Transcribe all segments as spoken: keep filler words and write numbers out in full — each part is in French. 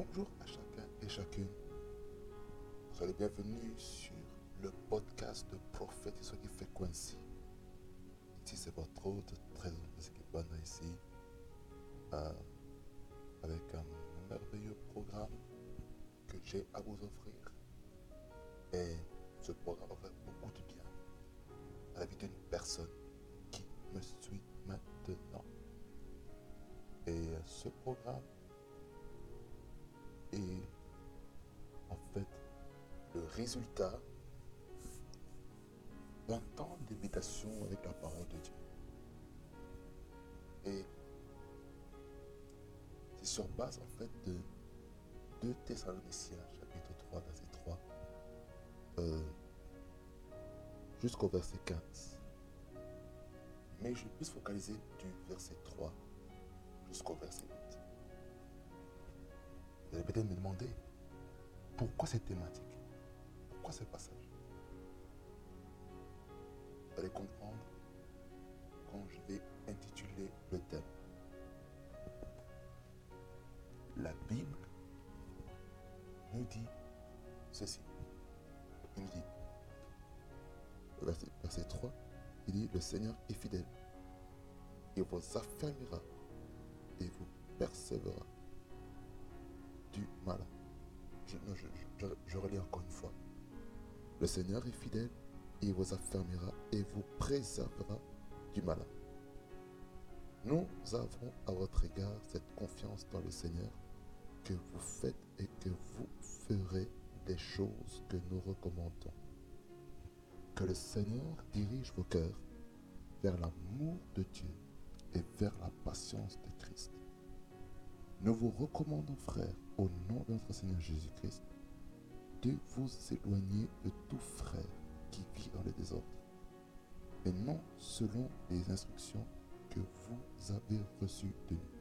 Bonjour à chacun et chacune. Soyez les bienvenus sur le podcast de Prophète et ce qui fait Quincy. Ici, c'est votre hôte, très heureux ici, euh, avec un merveilleux programme que j'ai à vous offrir. Et ce programme va faire beaucoup de bien à la vie d'une personne qui me suit maintenant. Et ce programme est en fait le résultat d'un temps de méditation avec la parole de Dieu. Et c'est sur base en fait de deux Thessaloniciens chapitre trois verset trois euh, jusqu'au verset quinze. Mais je vais plus focaliser du verset trois jusqu'au verset huit. Vous allez peut-être me demander pourquoi cette thématique, pourquoi ce passage. Vous allez comprendre quand je vais intituler le thème. La Bible nous dit ceci. Il nous dit, verset, verset trois, il dit, le Seigneur est fidèle. Il vous affermira et vous persévérera du mal. Je, non, je, je, je relis encore une fois. Le Seigneur est fidèle et il vous affermira et vous préservera du malin. Nous avons à votre égard cette confiance dans le Seigneur que vous faites et que vous ferez des choses que nous recommandons. Que le Seigneur dirige vos cœurs vers l'amour de Dieu et vers la patience de Christ. Nous vous recommandons, frères, au nom de notre Seigneur Jésus-Christ, de vous éloigner de tout frère qui vit dans le désordre, et non selon les instructions que vous avez reçues de nous.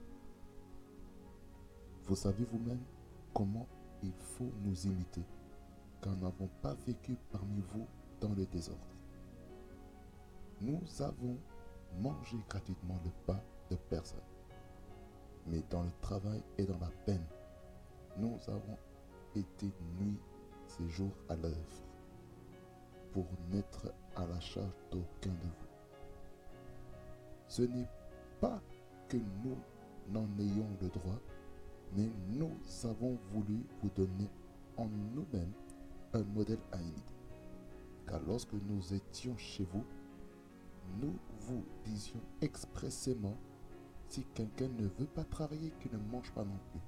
Vous savez vous-même comment il faut nous imiter, car nous n'avons pas vécu parmi vous dans le désordre. Nous avons mangé gratuitement le pain de personne, mais dans le travail et dans la peine, nous avons été nuit ces jours à l'œuvre, pour n'être à la charge d'aucun de vous. Ce n'est pas que nous n'en ayons le droit, mais nous avons voulu vous donner en nous-mêmes un modèle à imiter. Car lorsque nous étions chez vous, nous vous disions expressément, si quelqu'un ne veut pas travailler, qu'il ne mange pas non plus.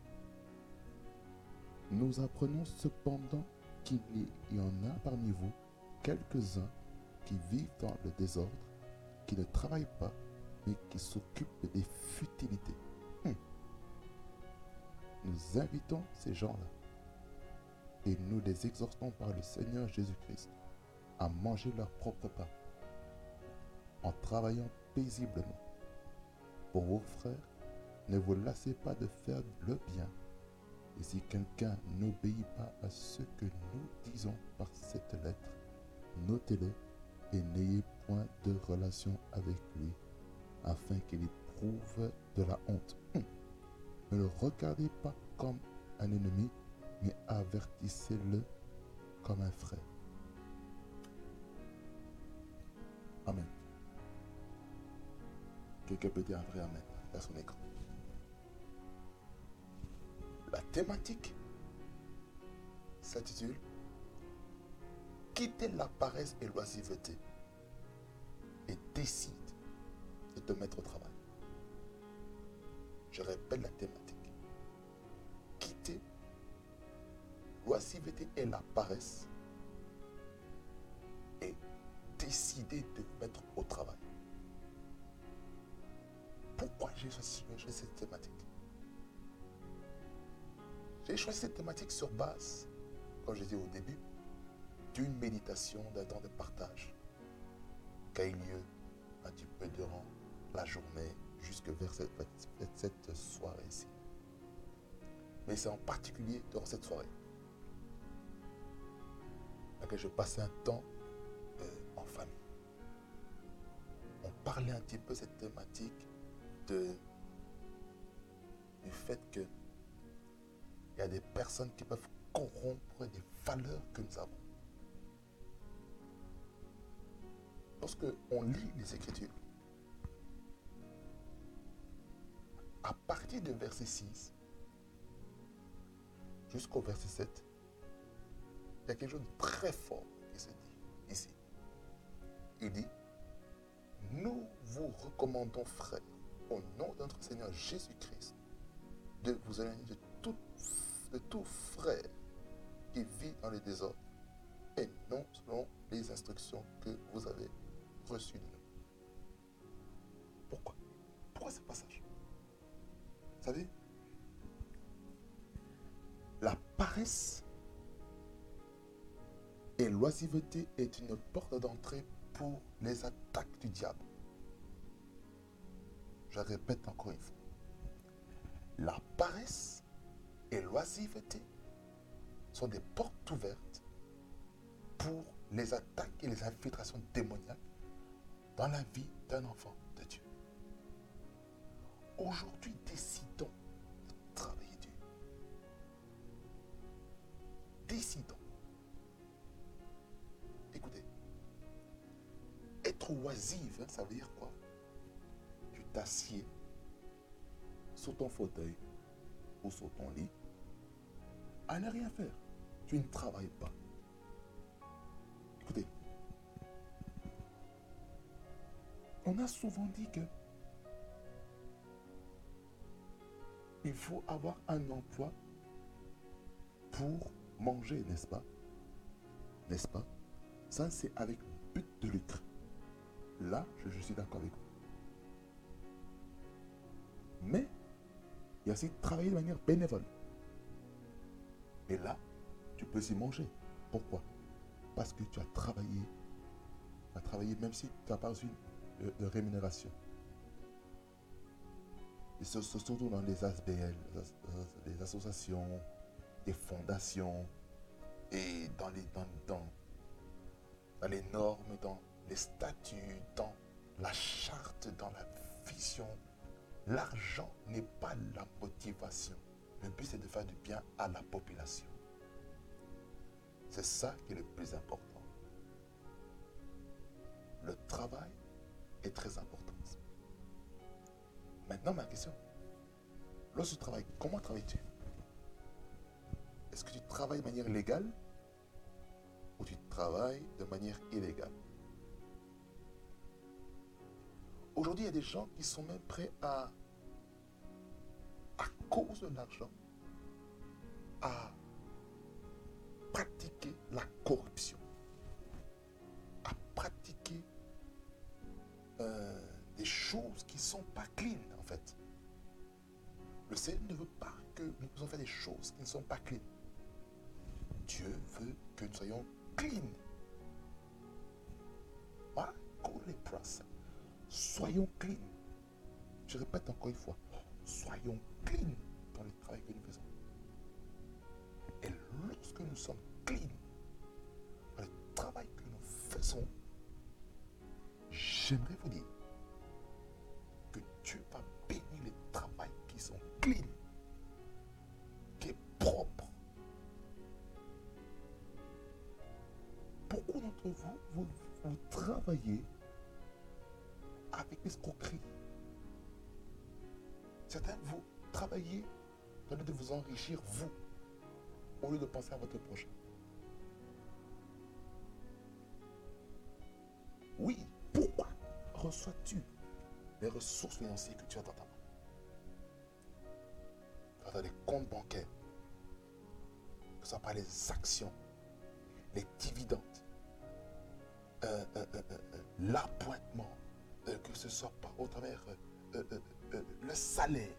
Nous apprenons cependant qu'il y en a parmi vous quelques-uns qui vivent dans le désordre, qui ne travaillent pas, mais qui s'occupent des futilités. Hum. Nous invitons ces gens-là et nous les exhortons par le Seigneur Jésus-Christ à manger leur propre pain en travaillant paisiblement. Pour vos frères, ne vous lassez pas de faire le bien. Et si quelqu'un n'obéit pas à ce que nous disons par cette lettre, notez-le et n'ayez point de relation avec lui, afin qu'il éprouve de la honte. Hum. Ne le regardez pas comme un ennemi, mais avertissez-le comme un frère. Amen. Quelqu'un peut dire un vrai amen à son écran. La thématique s'intitule « Quitter la paresse et l'oisiveté et décide de te mettre au travail ». Je répète la thématique. Quitter l'oisiveté et la paresse et décider de te mettre au travail. Pourquoi j'ai choisi cette thématique? J'ai choisi cette thématique sur base, comme je disais au début, d'une méditation, d'un temps de partage qui a eu lieu un petit peu durant la journée jusque vers cette, cette soirée-ci. Mais c'est en particulier durant cette soirée dans laquelle je passais un temps euh, en famille. On parlait un petit peu cette thématique de, du fait que il y a des personnes qui peuvent corrompre des valeurs que nous avons. Lorsque on lit les Écritures, à partir du verset six jusqu'au verset sept, il y a quelque chose de très fort qui se dit ici. Il dit, nous vous recommandons, frères, au nom de notre Seigneur Jésus-Christ, de vous éloigner de tout, de tout frère qui vit dans le désordre et non selon les instructions que vous avez reçues de nous. Pourquoi? Pourquoi ce passage? Vous savez, la paresse et l'oisiveté est une porte d'entrée pour les attaques du diable. Je répète encore une fois. La paresse et l'oisiveté sont des portes ouvertes pour les attaques et les infiltrations démoniaques dans la vie d'un enfant de Dieu. Aujourd'hui, décidons de travailler Dieu. Décidons. Écoutez, être oisive, hein, ça veut dire quoi? Tu t'assieds sur ton fauteuil ou sur ton lit à ne rien faire. Tu ne travailles pas. Écoutez, on a souvent dit que il faut avoir un emploi pour manger, n'est-ce pas? N'est-ce pas? Ça, c'est avec but de lucre. Là, je, je suis d'accord avec vous. Mais, il y a aussi travailler de manière bénévole. Et là, tu peux aussi manger. Pourquoi? Parce que tu as travaillé. Tu as travaillé même si tu n'as pas reçu de, de rémunération. Et surtout dans les A S B L, les associations, les fondations, et dans les, dans, dans, dans les normes, dans les statuts, dans la charte, dans la vision. L'argent n'est pas la motivation. Le but, c'est de faire du bien à la population. C'est ça qui est le plus important. Le travail est très important. Maintenant, ma question. Lorsque tu travailles, comment travailles-tu? Est-ce que tu travailles de manière légale ou tu travailles de manière illégale? Aujourd'hui, il y a des gens qui sont même prêts à, à cause de l'argent, à pratiquer la corruption, à pratiquer euh, des choses qui ne sont pas clean, en fait. Le Seigneur ne veut pas que nous puissions faire des choses qui ne sont pas clean. Dieu veut que nous soyons clean. Voilà, les procès. Soyons clean. Je répète encore une fois. Soyons clean dans le travail que nous faisons. Et lorsque nous sommes clean dans le travail que nous faisons, j'aimerais vous dire que Dieu va bénir les travails qui sont clean, qui est propre. Beaucoup d'entre vous, vous, vous travaillez avec l'escroquerie. Certains, vous travaillez dans le but de vous enrichir, vous, au lieu de penser à votre prochain. Oui, pourquoi reçois-tu les ressources financières que tu as dans ta main? Tu as dans les comptes bancaires, que ce soit par les actions, les dividendes, euh, euh, euh, euh, l'appointement, euh, que ce soit par, au travers euh, euh, euh, le salaire.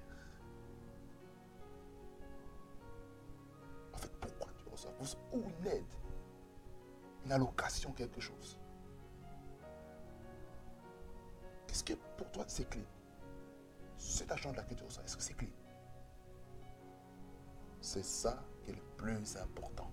En fait, pourquoi tu reçois? Ou une aide, une allocation, quelque chose. Qu'est-ce que pour toi c'est clean? Cet argent-là que tu reçois, est-ce que c'est clean? C'est ça qui est le plus important.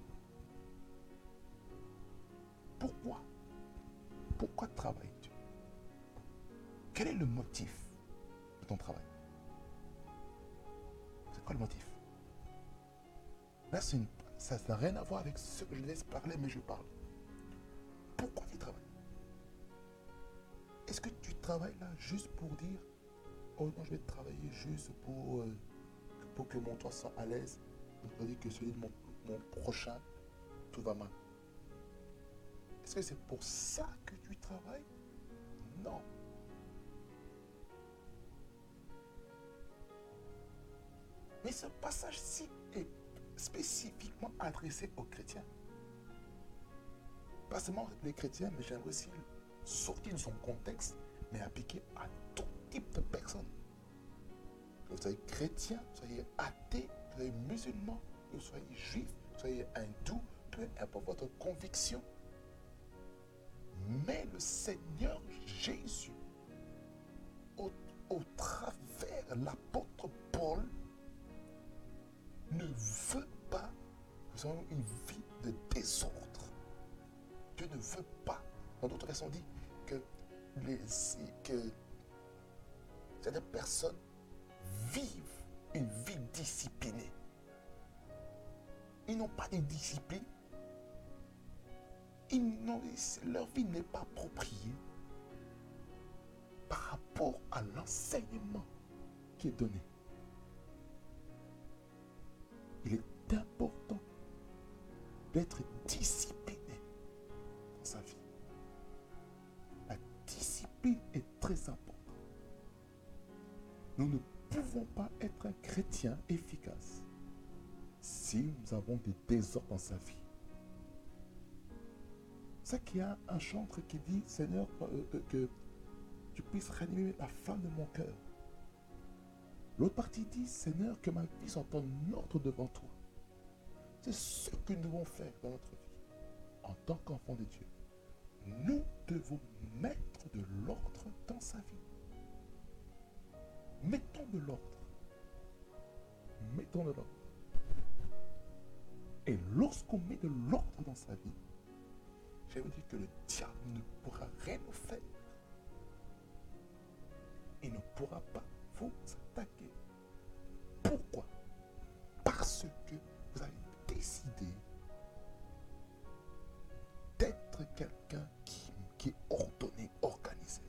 Pourquoi? Pourquoi travailles-tu? Quel est le motif de ton travail? C'est quoi le motif? Là, c'est une, ça n'a rien à voir avec ce que je laisse parler, mais je parle. Pourquoi tu travailles? Est-ce que tu travailles là juste pour dire, oh non, je vais travailler juste pour, euh, pour que mon toit soit à l'aise, c'est-à-dire que celui de mon, mon prochain, tout va mal? Est-ce que c'est pour ça que tu travailles? Non. Mais ce passage-ci est spécifiquement adressé aux chrétiens. Pas seulement les chrétiens, mais j'aimerais aussi sortir de son contexte, mais appliquer à tout type de personnes. Que vous soyez chrétien, que vous soyez athée, que vous soyez musulman, que vous soyez juif, que vous soyez hindou, peu importe votre conviction. Mais le Seigneur Jésus, au, au travers l'apôtre Paul, ne veut pas que nous ayons une vie de désordre. Dieu ne veut pas. Dans d'autres versions, on dit que, les, que certaines personnes vivent une vie disciplinée. Ils n'ont pas de discipline. Ils n'ont, leur vie n'est pas appropriée par rapport à l'enseignement qui est donné. Il est important d'être discipliné dans sa vie. La discipline est très importante. Nous ne pouvons pas être un chrétien efficace si nous avons des désordres dans sa vie. C'est qu'il y a un chantre qui dit, Seigneur, euh, euh, que tu puisses ranimer la flamme de mon cœur. L'autre partie dit, Seigneur, que ma vie soit en ordre devant toi. C'est ce que nous devons faire dans notre vie. En tant qu'enfants de Dieu, nous devons mettre de l'ordre dans sa vie. Mettons de l'ordre. Mettons de l'ordre. Et lorsqu'on met de l'ordre dans sa vie, je vais vous dire que le diable ne pourra rien nous faire. Il ne pourra pas vous attaquer. Pourquoi? Parce que vous avez décidé d'être quelqu'un qui, qui est ordonné, organisé.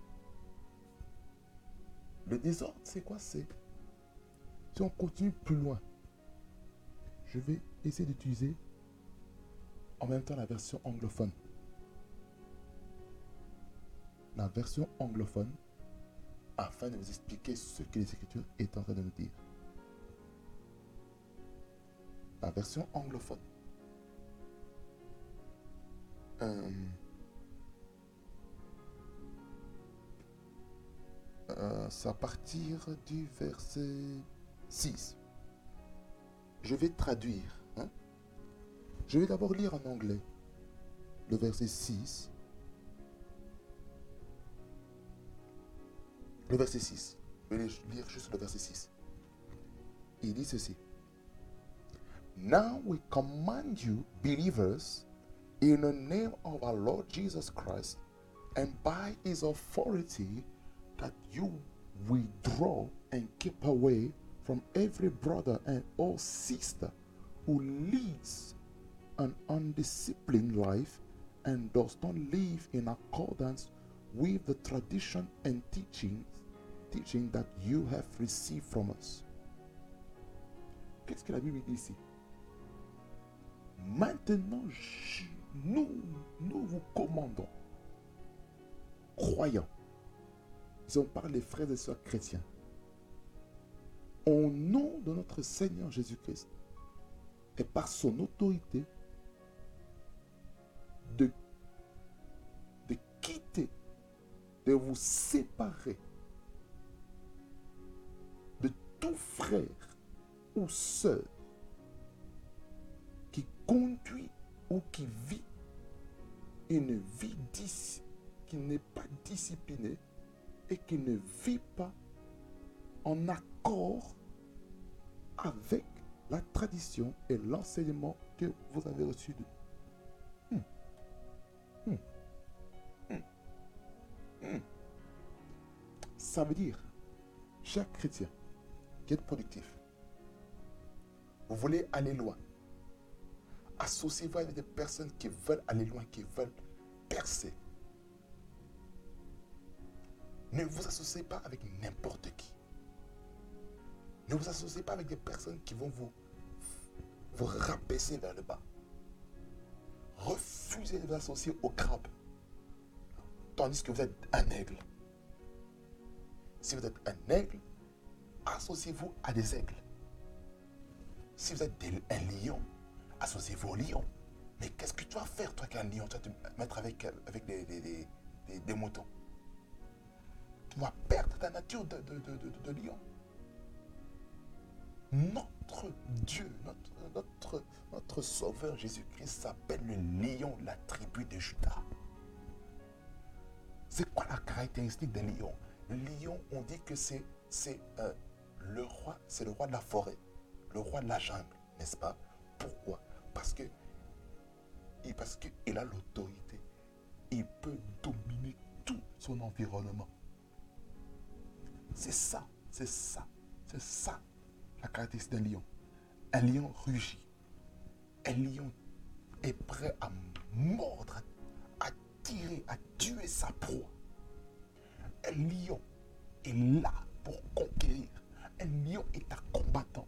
Le désordre, c'est quoi? C'est, si on continue plus loin, je vais essayer d'utiliser en même temps la version anglophone. La version anglophone, afin de vous expliquer ce que les Écritures est en train de nous dire. La version anglophone. Euh, euh, c'est à partir du verset six. Je vais traduire. Hein? Je vais d'abord lire en anglais le verset six. Le verset six. Je vais lire juste le verset six. Il dit ceci. Now we command you, believers, in the name of our Lord Jesus Christ, and by his authority, that you withdraw and keep away from every brother and or sister who leads an undisciplined life and does not live in accordance with the tradition and teachings, teaching that you have received from us. Qu'est-ce que la Bible dit ici? Maintenant, je, nous, nous vous commandons, croyants, si on parle des frères et sœurs chrétiens, au nom de notre Seigneur Jésus-Christ et par son autorité, de, de quitter, de vous séparer de tout frère ou sœur qui conduit ou qui vit une vie dis, qui n'est pas disciplinée et qui ne vit pas en accord avec la tradition et l'enseignement que vous avez reçu de hum. Hum. Hum. Hum. Ça veut dire, chaque chrétien qui est productif, vous voulez aller loin, Associez-vous avec des personnes qui veulent aller loin, qui veulent percer. Ne vous associez pas avec n'importe qui. Ne vous associez pas avec des personnes qui vont vous, vous rabaisser vers le bas. Refusez de vous associer au crabe, tandis que vous êtes un aigle. Si vous êtes un aigle, associez-vous à des aigles. Si vous êtes des, un lion, associez-vous au lion. Mais qu'est-ce que tu vas faire, toi, qu'un lion? Tu vas te mettre avec, avec des, des, des, des, des moutons. Tu vas perdre ta nature de, de, de, de, de lion. Notre Dieu, notre, notre, notre Sauveur Jésus-Christ s'appelle le lion, la tribu de Juda. C'est quoi la caractéristique d'un lion? Le lion, on dit que c'est euh, le roi, c'est le roi de la forêt, le roi de la jungle, n'est-ce pas? Pourquoi? Parce que parce qu'il a l'autorité. Il peut dominer tout son environnement. C'est ça, c'est ça, c'est ça la caractéristique d'un lion. Un lion rugit. Un lion est prêt à mordre, à tirer, à tuer sa proie. Un lion est là pour conquérir. Un lion est un combattant.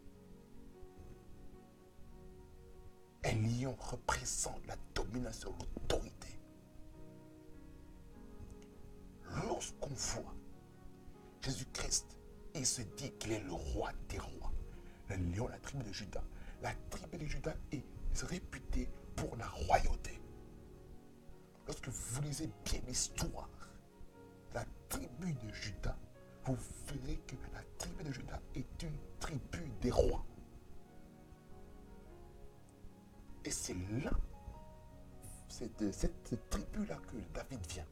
Un lion représente la domination, l'autorité. Lorsqu'on voit Jésus-Christ, il se dit qu'il est le roi des rois. Le lion, la tribu de Juda. La tribu de Juda est réputée pour la royauté. Lorsque vous lisez bien l'histoire, la tribu de Juda, vous verrez que la tribu de Juda est une tribu des rois. Et c'est là, c'est de cette tribu-là que David vient.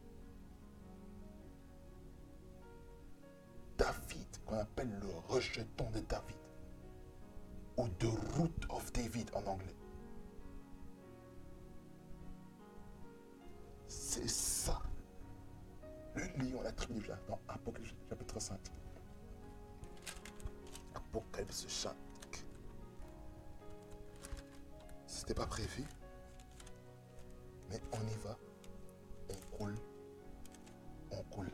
David, qu'on appelle le rejeton de David, ou The Root of David en anglais. C'est ça, le lion, la tribu de Juda, dans Apocalypse chapitre cinq. Apocalypse cinq. C'était pas prévu, mais on y va, on coule, on coule.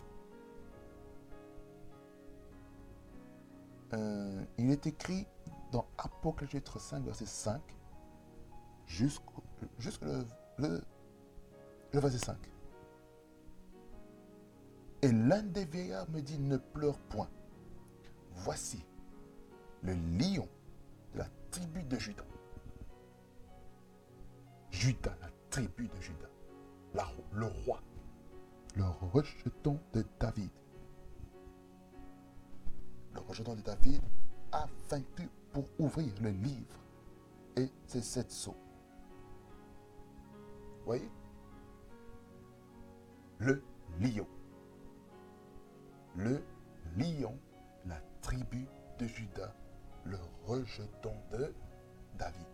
Euh, il est écrit dans Apocalypse chapitre cinq, verset cinq, jusqu'au jusqu'au le, le, le verset cinq. Et l'un des vieillards me dit, ne pleure point. Voici le lion de la tribu de Juda. Juda, la tribu de Juda, la, le roi, le rejeton de David. Le rejeton de David a vaincu pour ouvrir le livre et ses sept sceaux. Voyez? Le lion. Le lion, la tribu de Juda, le rejeton de David.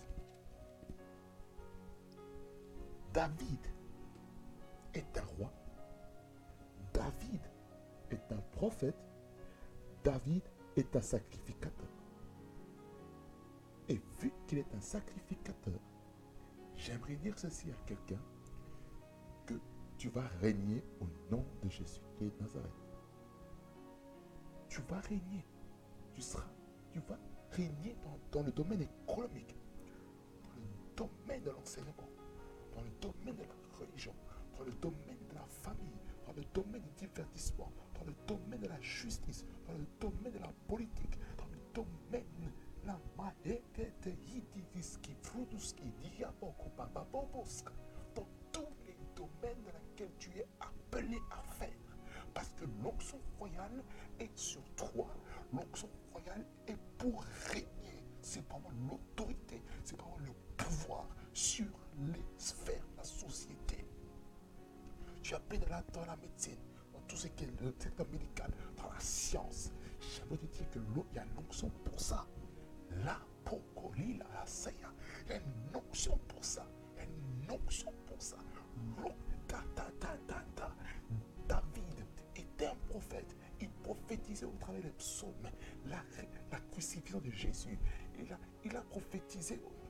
David est un roi. David est un prophète. David est un sacrificateur. Et vu qu'il est un sacrificateur, j'aimerais dire ceci à quelqu'un, que tu vas régner au nom de Jésus de Nazareth. Tu vas régner. Tu seras, tu vas régner dans, dans le domaine économique, dans le domaine de l'enseignement, dans le domaine de la religion, dans le domaine de la famille, dans le domaine du divertissement, dans le domaine de la justice, dans le domaine de la politique, dans le domaine de la maïkete yididiski, fruduski, diaboko, bababoboska, dans tous les domaines dans lesquels tu es appelé à faire. Parce que l'onction royale est sur toi. L'onction royale est pour régner. C'est vraiment l'autorité, c'est vraiment le pouvoir sur les sphères de la société. Tu as appelé dans la, dans la médecine, dans tout ce qui est le secteur médical, dans la science. J'aimerais te dire que il y a une onction pour ça. La pokoli, la saya. Il y a une onction pour ça. Il y a une onction pour ça. Ta, ta, ta, ta, ta. David était un prophète. Il prophétisait au travers des psaumes la, la crucifixion de Jésus. Il a, il a prophétisé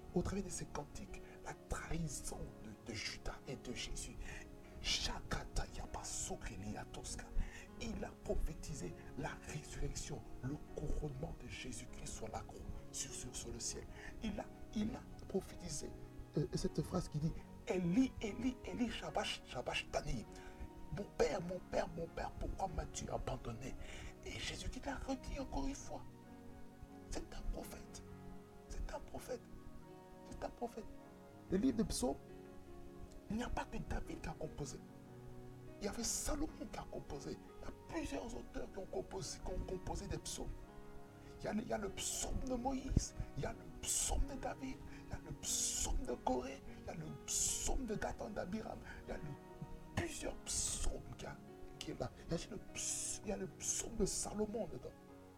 au travers de ces cantiques, la trahison de, de Judas et de Jésus. Shakata Yapasokrilia Tosca. Il a prophétisé la résurrection, le couronnement de Jésus-Christ sur la croix, sur, sur, sur le ciel. Il a, il a prophétisé euh, cette phrase qui dit Eli, Eli, Eli, Shabash, Shabash Tani. Mon père, mon père, mon père, pourquoi m'as-tu abandonné? Et Jésus-Christ l'a redit encore une fois. C'est un prophète. C'est un prophète. C'est un prophète. Le livre de Psaumes, il n'y a pas que David qui a composé. Il y avait Salomon qui a composé. Il y a plusieurs auteurs qui ont composé, qui ont composé des psaumes. Il y, a, il y a le psaume de Moïse, il y a le psaume de David, il y a le psaume de Corée, il y a le psaume de Dathan d'Abiram, il y a le, plusieurs psaumes qui, a, qui est là. Il y, a le, il y a le psaume de Salomon dedans.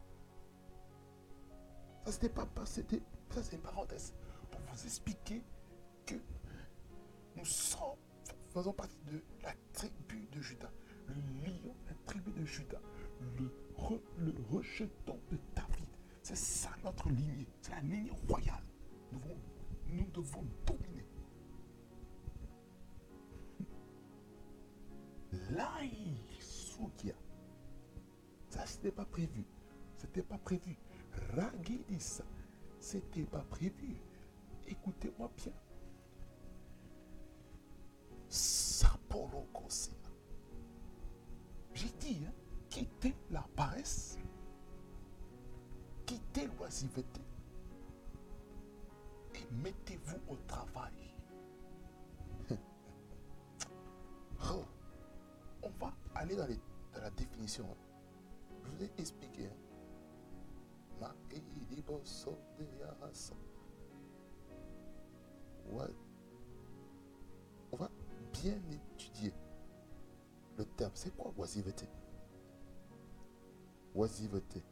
Ça, c'était pas, c'était, ça c'est une parenthèse pour vous expliquer que nous sommes, faisons partie de la tribu de Judas, le lion, la tribu de Judas, le, re, le rejeton de David. C'est ça notre lignée, c'est la lignée royale. Nous devons, nous devons dominer. Laïsukia. Ça, c'était pas prévu. C'était pas prévu. Ragidis, c'était pas prévu. Écoutez-moi bien. Sapolokosia. J'ai dit, hein, quittez la paresse, quittez l'oisiveté et mettez-vous au travail. Oh, on va aller dans, les, dans la définition. Je vous ai expliqué. Hein. Ouais. On va bien étudier le terme. C'est quoi oisiveté? Oisiveté.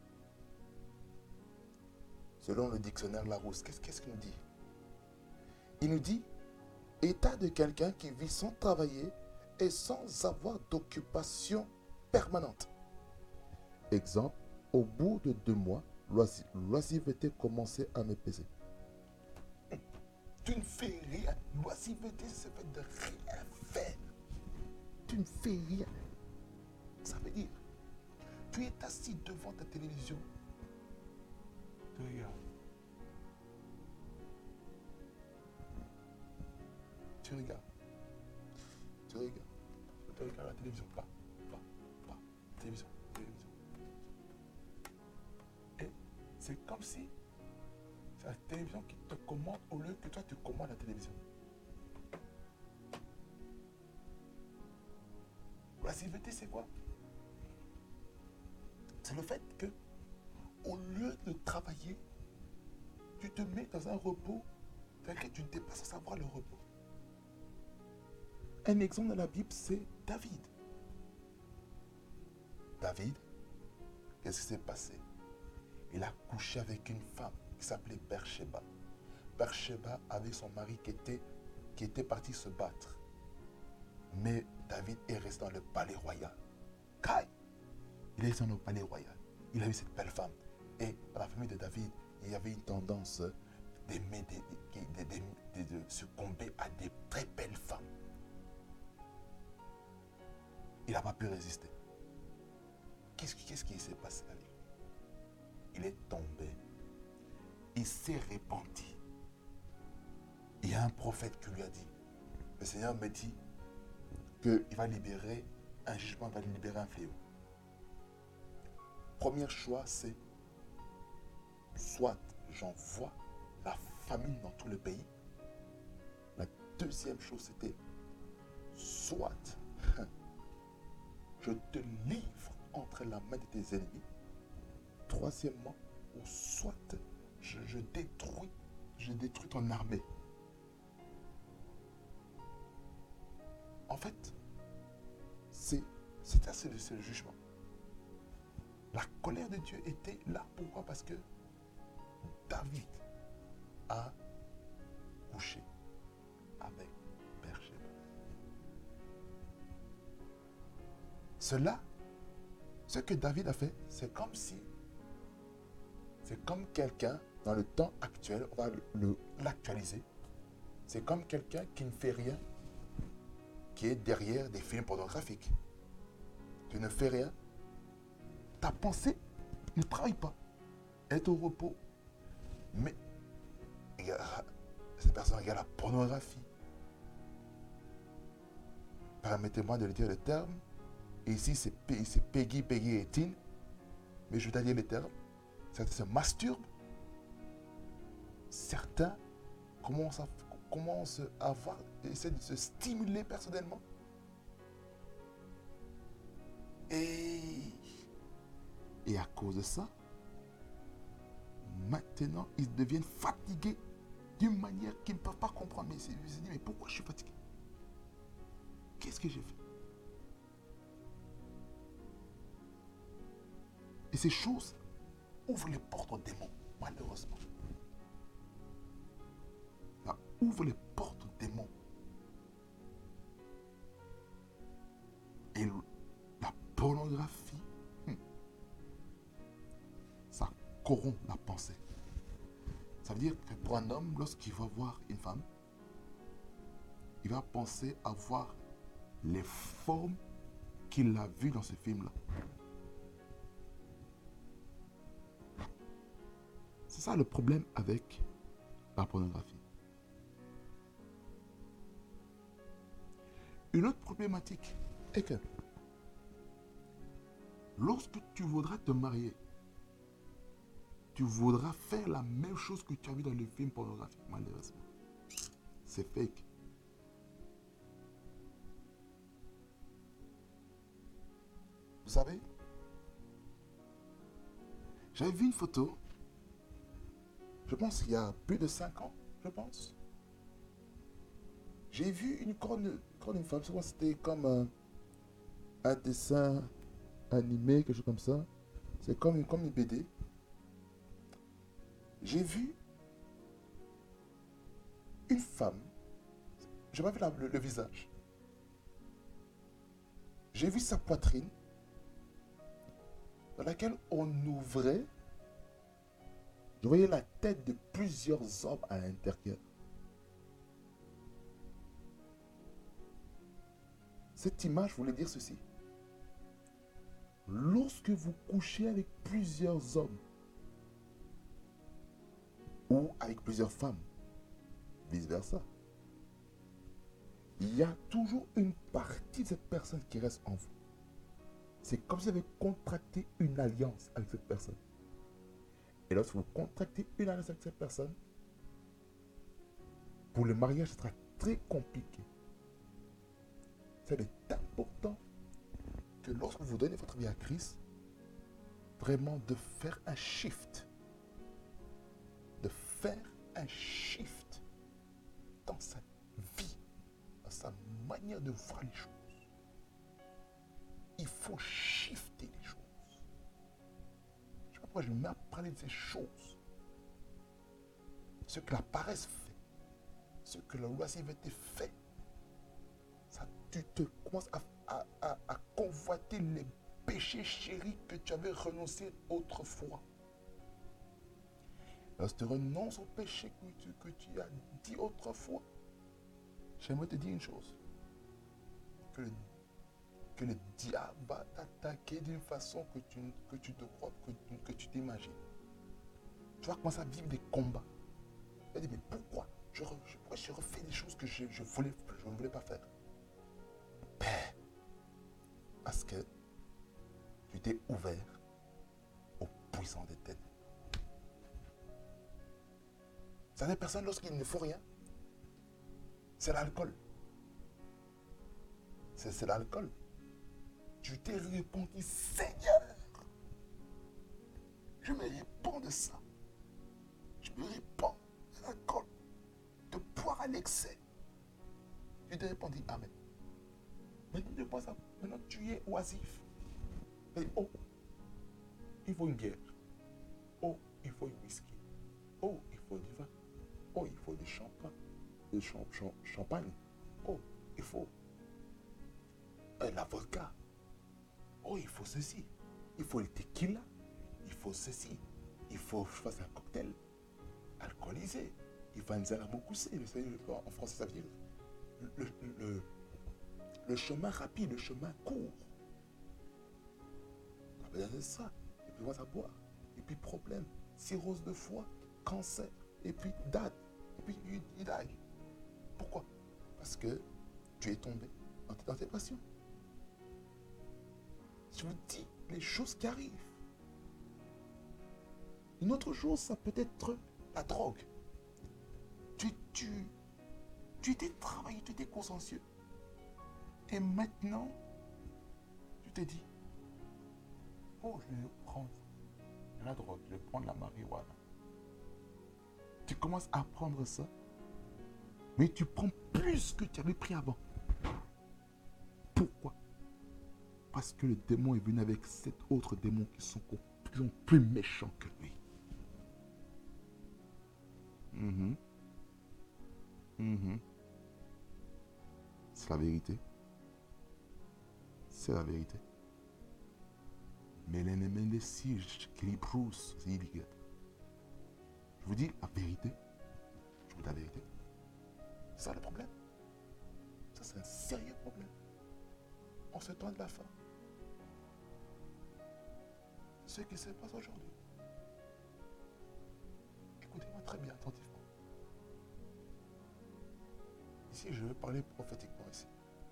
Selon le dictionnaire Larousse, qu'est-ce qu'est-ce qu'il nous dit? Il nous dit état de quelqu'un qui vit sans travailler et sans avoir d'occupation permanente. Exemple, au bout de deux mois, l'oisiveté commençait à me peser. Tu ne fais rien. L'oisiveté, c'est le fait de rien faire. Tu ne fais rien. Ça veut dire, tu es assis devant ta télévision. Tu regardes. Tu regardes. Tu regardes. Tu regardes la télévision. Pas, pas, pas. Télévision, télévision. Et c'est comme si c'est la télévision qui te commande au lieu que toi tu commandes la télévision. L'oisiveté, c'est quoi? C'est le fait que, au lieu de travailler, tu te mets dans un repos dans lequel tu n'étais pas sans savoir le repos. Un exemple dans la Bible, c'est David. David, qu'est-ce qui s'est passé? Il a couché avec une femme qui s'appelait Bersheba. Bersheba avait son mari qui était, qui était parti se battre. Mais David est resté dans le palais royal. Kai, il est resté dans le palais royal. Il a eu cette belle femme. Et dans la famille de David, il y avait une tendance d'aimer, de, de, de, de, de succomber à des très belles femmes. Il n'a pas pu résister. Qu'est-ce, qu'est-ce qui s'est passé avec lui? Il est tombé. Il s'est repenti. Il y a un prophète qui lui a dit, le Seigneur me dit qu'il va libérer un jugement, il va libérer un fléau. Premier choix, c'est soit j'envoie la famine dans tout le pays. La deuxième chose, c'était soit je te livre entre la main de tes ennemis. Troisièmement, ou soit je, je détruis, je détruis ton armée. En fait, c'est ça, c'est le, c'est le jugement. La colère de Dieu était là. Pourquoi? Parce que David a couché avec Bersheba. Cela, ce que David a fait, c'est comme si, c'est comme quelqu'un dans le temps actuel, on va le, l'actualiser. C'est comme quelqu'un qui ne fait rien, qui est derrière des films pornographiques. Tu ne fais rien. Ta pensée ne travaille pas. Elle est au repos. Mais cette personne regarde la pornographie. Permettez-moi de le dire le terme. Ici, c'est, c'est Peggy, Peggy et Tin. Mais je vais dire les termes. Certains se masturbent. Certains commencent à, commencent à avoir, essaient de se stimuler personnellement. Et, et à cause de ça, maintenant, ils deviennent fatigués d'une manière qu'ils ne peuvent pas comprendre. Mais ils se disent, mais pourquoi je suis fatigué? Qu'est-ce que j'ai fait? Et ces choses ouvrent les portes aux démons, malheureusement. Ça ouvre les portes aux démons. Et la pornographie, hmm, ça corrompt la pensée. Ça veut dire que pour un homme, lorsqu'il va voir une femme, il va penser à voir les formes qu'il a vues dans ce film-là. C'est ça le problème avec la pornographie. Une autre problématique est que lorsque tu voudras te marier, tu voudras faire la même chose que tu as vu dans les films pornographiques, malheureusement. C'est fake. Vous savez, j'avais vu une photo, je pense qu'il y a plus de cinq ans, je pense. J'ai vu une corne, corne d'une femme, c'était comme un, un dessin animé, quelque chose comme ça. C'est comme une, comme une B D. J'ai vu une femme, je n'ai pas vu le, le visage. J'ai vu sa poitrine, dans laquelle on ouvrait, je voyais la tête de plusieurs hommes à l'intérieur. Cette image voulait dire ceci. Lorsque vous couchez avec plusieurs hommes, ou avec plusieurs femmes, vice-versa, il y a toujours une partie de cette personne qui reste en vous. C'est comme si vous avez contracté une alliance avec cette personne. Et lorsque vous contractez une alliance avec cette personne, pour le mariage, ce sera très compliqué. C'est important que lorsque vous donnez votre vie à Christ, vraiment de faire un shift. De faire un shift dans sa vie, dans sa manière de voir les choses. Il faut shifter les choses. Je ne sais pas pourquoi je me mets à parler de ces choses. Ce que la paresse fait, ce que la loisiveté fait, ça, tu te commences à, à, à, à convoiter les péchés chéris que tu avais renoncé autrefois. Lorsque tu renonces au péché que tu, que tu as dit autrefois, j'aimerais te dire une chose. Que le, que le diable va t'attaquer d'une façon que tu, que tu te crois, que, que tu t'imagines. Tu vas commencer à vivre des combats. Tu vas dire, mais pourquoi je, je, pourquoi je refais des choses que je, je, voulais, je ne voulais pas faire? Ben, parce que tu t'es ouvert aux puissants des ténèbres. Certaines personnes, lorsqu'il ne faut rien, c'est l'alcool. C'est, c'est l'alcool. Tu t'es répandu, Seigneur, je me répands de ça. Je me répands de l'alcool, de boire à l'excès. Tu t'es répandu, Amen. Maintenant, tu penses à, maintenant tu es oisif. Et, oh, il faut une bière. Oh, il faut une whisky. Oh, il faut du vin. Oh, il faut du champagne. Du champ, champ, champagne. Oh, il faut un avocat. Oh, il faut ceci. Il faut le tequila. Il faut ceci. Il faut que je fasse un cocktail. disait, Ivanzala Mokousé, en français ça veut dire le, le, le, le chemin rapide, le chemin court. C'est ça. Et puis, on à boire. Et puis, problème, cirrhose de foie, cancer, et puis, date, et puis, il die. Pourquoi? Parce que tu es tombé dans tes passions. Je vous dis les choses qui arrivent. Une autre chose, ça peut être la drogue. Tu, tu, tu étais travaillé, tu étais consciencieux. Et maintenant, tu te dis, oh, je vais prendre la drogue, je vais prendre la marijuana. Tu commences à prendre ça, mais tu prends plus que tu avais pris avant. Pourquoi? Parce que le démon est venu avec sept autres démons qui sont plus, plus méchants que lui. Mm-hmm. Mm-hmm. C'est la vérité. C'est la vérité. Mais l'ennemi des siges, qui brousse, c'est illégal. Je vous dis la vérité. Je vous dis la vérité. C'est ça le problème. Ça, c'est un sérieux problème. On se tend de la fin. Ce qui se passe aujourd'hui. Écoutez-moi très bien, attentivement. Ici, je vais parler prophétiquement ici.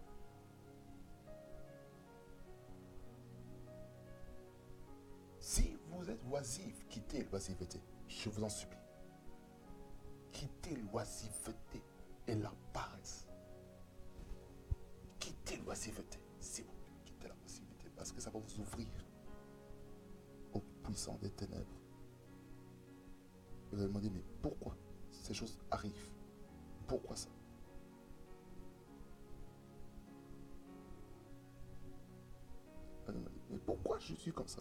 Si vous êtes oisif, quittez l'oisiveté. Je vous en supplie. Quittez l'oisiveté et la paresse. Quittez l'oisiveté. S'il vous plaît, quittez la possibilité parce que ça va vous ouvrir aux puissants des ténèbres. Vous allez demander, mais pourquoi ces choses arrivent? Pourquoi ça? Mais pourquoi je suis comme ça?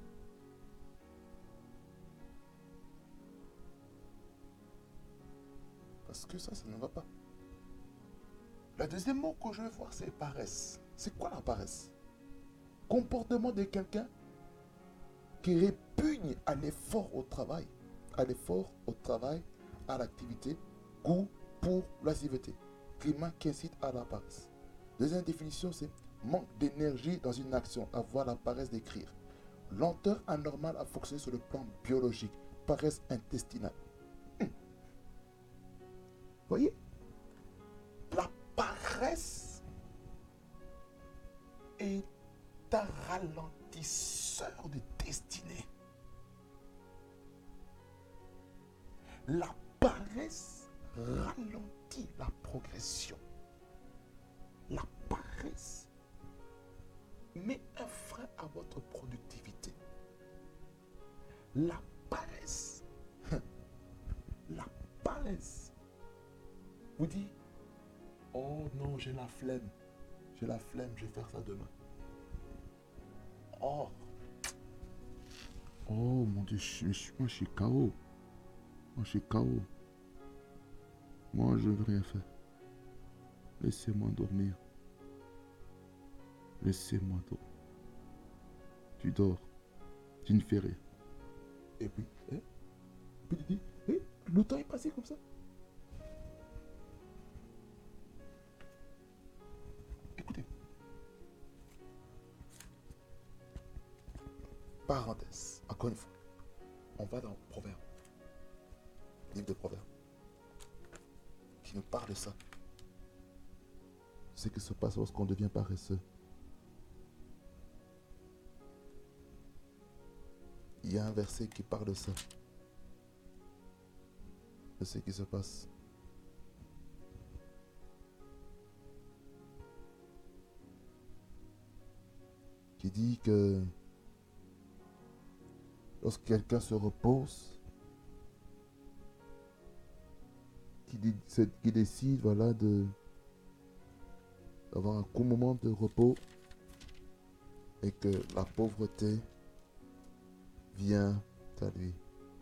Parce que ça, ça ne va pas. Le deuxième mot que je veux voir, c'est paresse. C'est quoi la paresse? Comportement de quelqu'un qui répugne à l'effort au travail, à l'effort au travail, à l'activité, goût pour l'oisiveté, climat qui incite à la paresse. Deuxième définition, c'est manque d'énergie dans une action, avoir la paresse d'écrire. Lenteur anormale à fonctionner sur le plan biologique, paresse intestinale. Hum. Voyez, la paresse est un ralentisseur de destinée. La paresse ralentit la progression. La paresse met un frein à votre productivité. La paresse, la paresse vous dit, oh non, j'ai la flemme, j'ai la flemme, je vais faire ça demain. Oh, oh mon Dieu, je, je, moi je suis K O. Moi je suis K O. Moi je ne veux rien faire. Laissez-moi dormir. Laissez-moi dormir. Tu dors. Tu ne fais rien. Et puis, hein? Puis tu dis, eh, le temps est passé comme ça. Écoutez. Parenthèse. Encore une fois. On va dans Proverbe. Livre de Proverbe. Qui nous parle de ça. Ce qui se passe lorsqu'on devient paresseux. Il y a un verset qui parle de ça. De ce qui se passe. Qui dit que lorsque quelqu'un se repose, qui, dit, qui décide voilà, de d'avoir un court moment de repos et que la pauvreté vient à lui.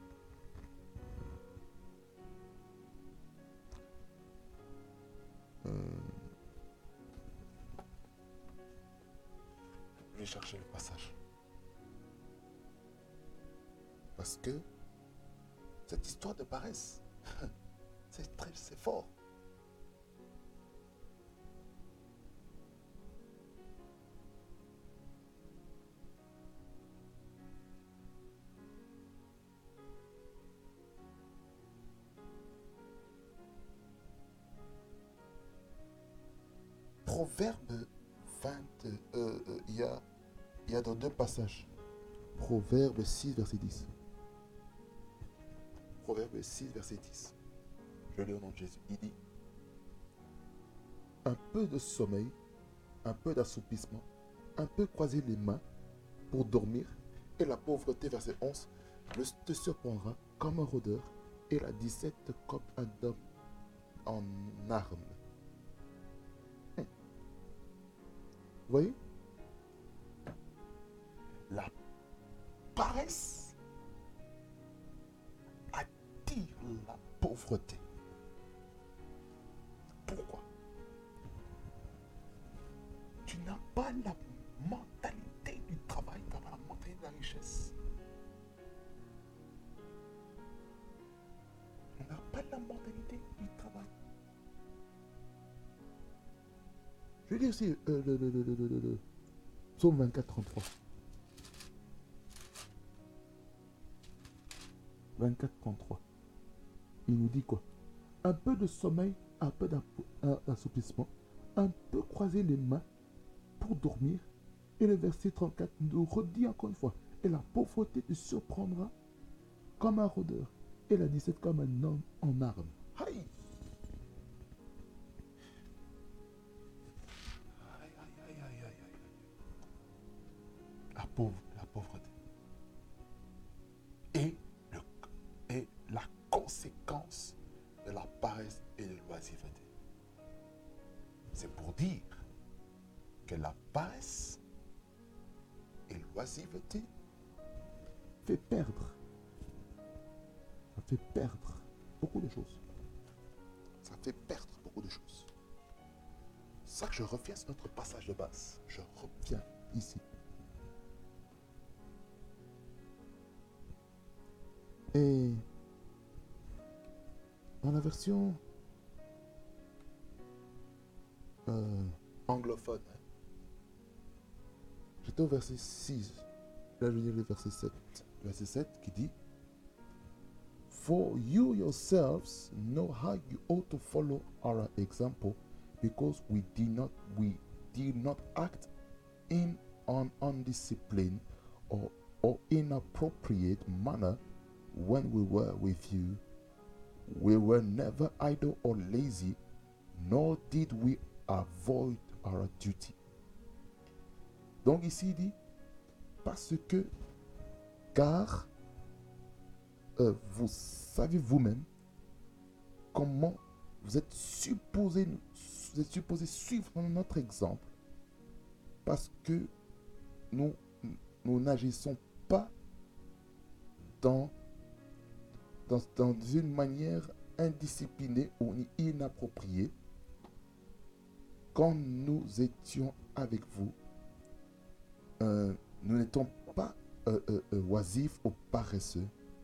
Euh... Je vais chercher le passage. Parce que cette histoire de paresse, C'est très, c'est fort. Proverbe vingt, euh, euh, il y a, il y a dans deux passages. Proverbe six, verset dix. Proverbe six, verset dix. Je lis au nom de Jésus. Il dit, un peu de sommeil, un peu d'assoupissement, un peu croiser les mains pour dormir, et la pauvreté, verset onze, le te surprendra comme un rôdeur, et la dix-sept comme un homme en armes. Hum. Vous voyez? La paresse attire la pauvreté. Pourquoi? Tu n'as pas la mentalité du travail, tu n'as pas la mentalité de la richesse. Tu n'as pas la mentalité du travail. Je vais dire aussi euh, le, le, le, le, le, le psaume vingt-quatre, trente-trois. vingt-quatre, trente-trois. Il nous dit quoi? Un peu de sommeil, un peu d'assoupissement, un peu croiser les mains pour dormir. Et le verset trente-quatre nous redit encore une fois, et la pauvreté te surprendra comme un rôdeur, et la dix-sept comme un homme en armes. Aïe! Aïe, aïe, aïe, aïe, aïe, aïe. La pauvre, la pauvreté. Et, le, et la conséquence de la paresse et de l'oisiveté. C'est pour dire que la paresse et l'oisiveté fait perdre. Ça fait perdre beaucoup de choses. Ça fait perdre beaucoup de choses. C'est ça que je reviens sur notre passage de base. Je reviens ici. Et dans la version euh, anglophone, hein, j'étais au verset six. Là, je vais lire le verset sept. Verset sept qui dit, for you yourselves know how you ought to follow our example, because we did not we did not act in an undisciplined or, or inappropriate manner when we were with you. We were never idle or lazy, nor did we avoid our duty. Donc ici il dit, parce que, car euh, vous savez vous-même comment vous êtes supposé, vous êtes supposé suivre notre exemple, parce que nous, nous n'agissons pas dans, dans, dans une manière indisciplinée ou inappropriée quand nous étions avec vous. Euh, nous n'étions pas euh, euh, euh, oisifs ou paresseux,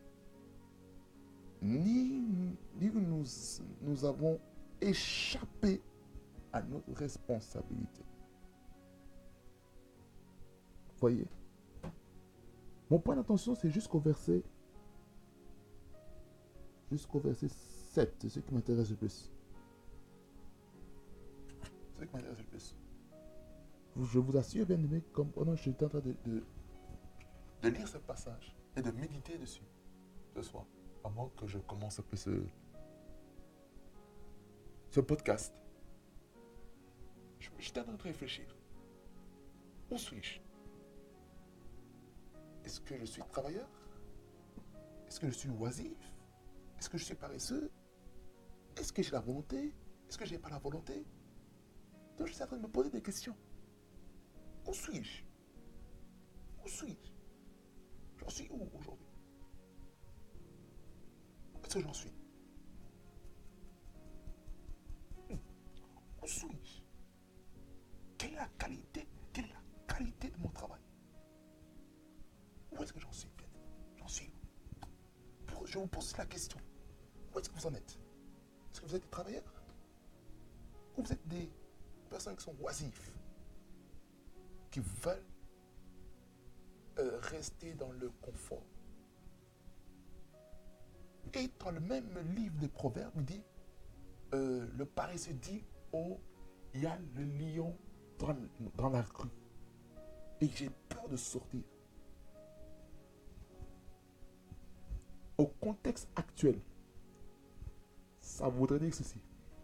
ni, ni nous, nous avons échappé à notre responsabilité. Voyez, mon point d'attention, c'est jusqu'au verset jusqu'au verset sept, c'est ce qui m'intéresse le plus. C'est ce qui m'intéresse le plus. Je vous assure, bien aimé, comme pendant que j'étais en train de, de, de lire ce passage et de méditer dessus ce soir, avant que je commence un peu ce, ce podcast, j'étais en train de réfléchir. Où suis-je? Est-ce que je suis travailleur? Est-ce que je suis oisif? Est-ce que je suis paresseux? Est-ce que j'ai la volonté? Est-ce que je n'ai pas la volonté? Donc je suis en train de me poser des questions. Où suis-je? Où suis-je? J'en suis où aujourd'hui? Où est-ce que j'en suis? Où suis-je? Quelle est la qualité? Quelle est la qualité de mon travail? Où est-ce que j'en suis? J'en suis où? Je vous pose la question. Où est-ce est-ce que vous en êtes? Est-ce que vous êtes des travailleurs? Ou vous êtes des personnes qui sont oisives, qui veulent euh, rester dans le confort? Et dans le même livre des Proverbes, il dit, euh, le paresseux dit, oh, il y a le lion dans, dans la rue. Et j'ai peur de sortir. Au contexte actuel, ça voudrait dire ceci.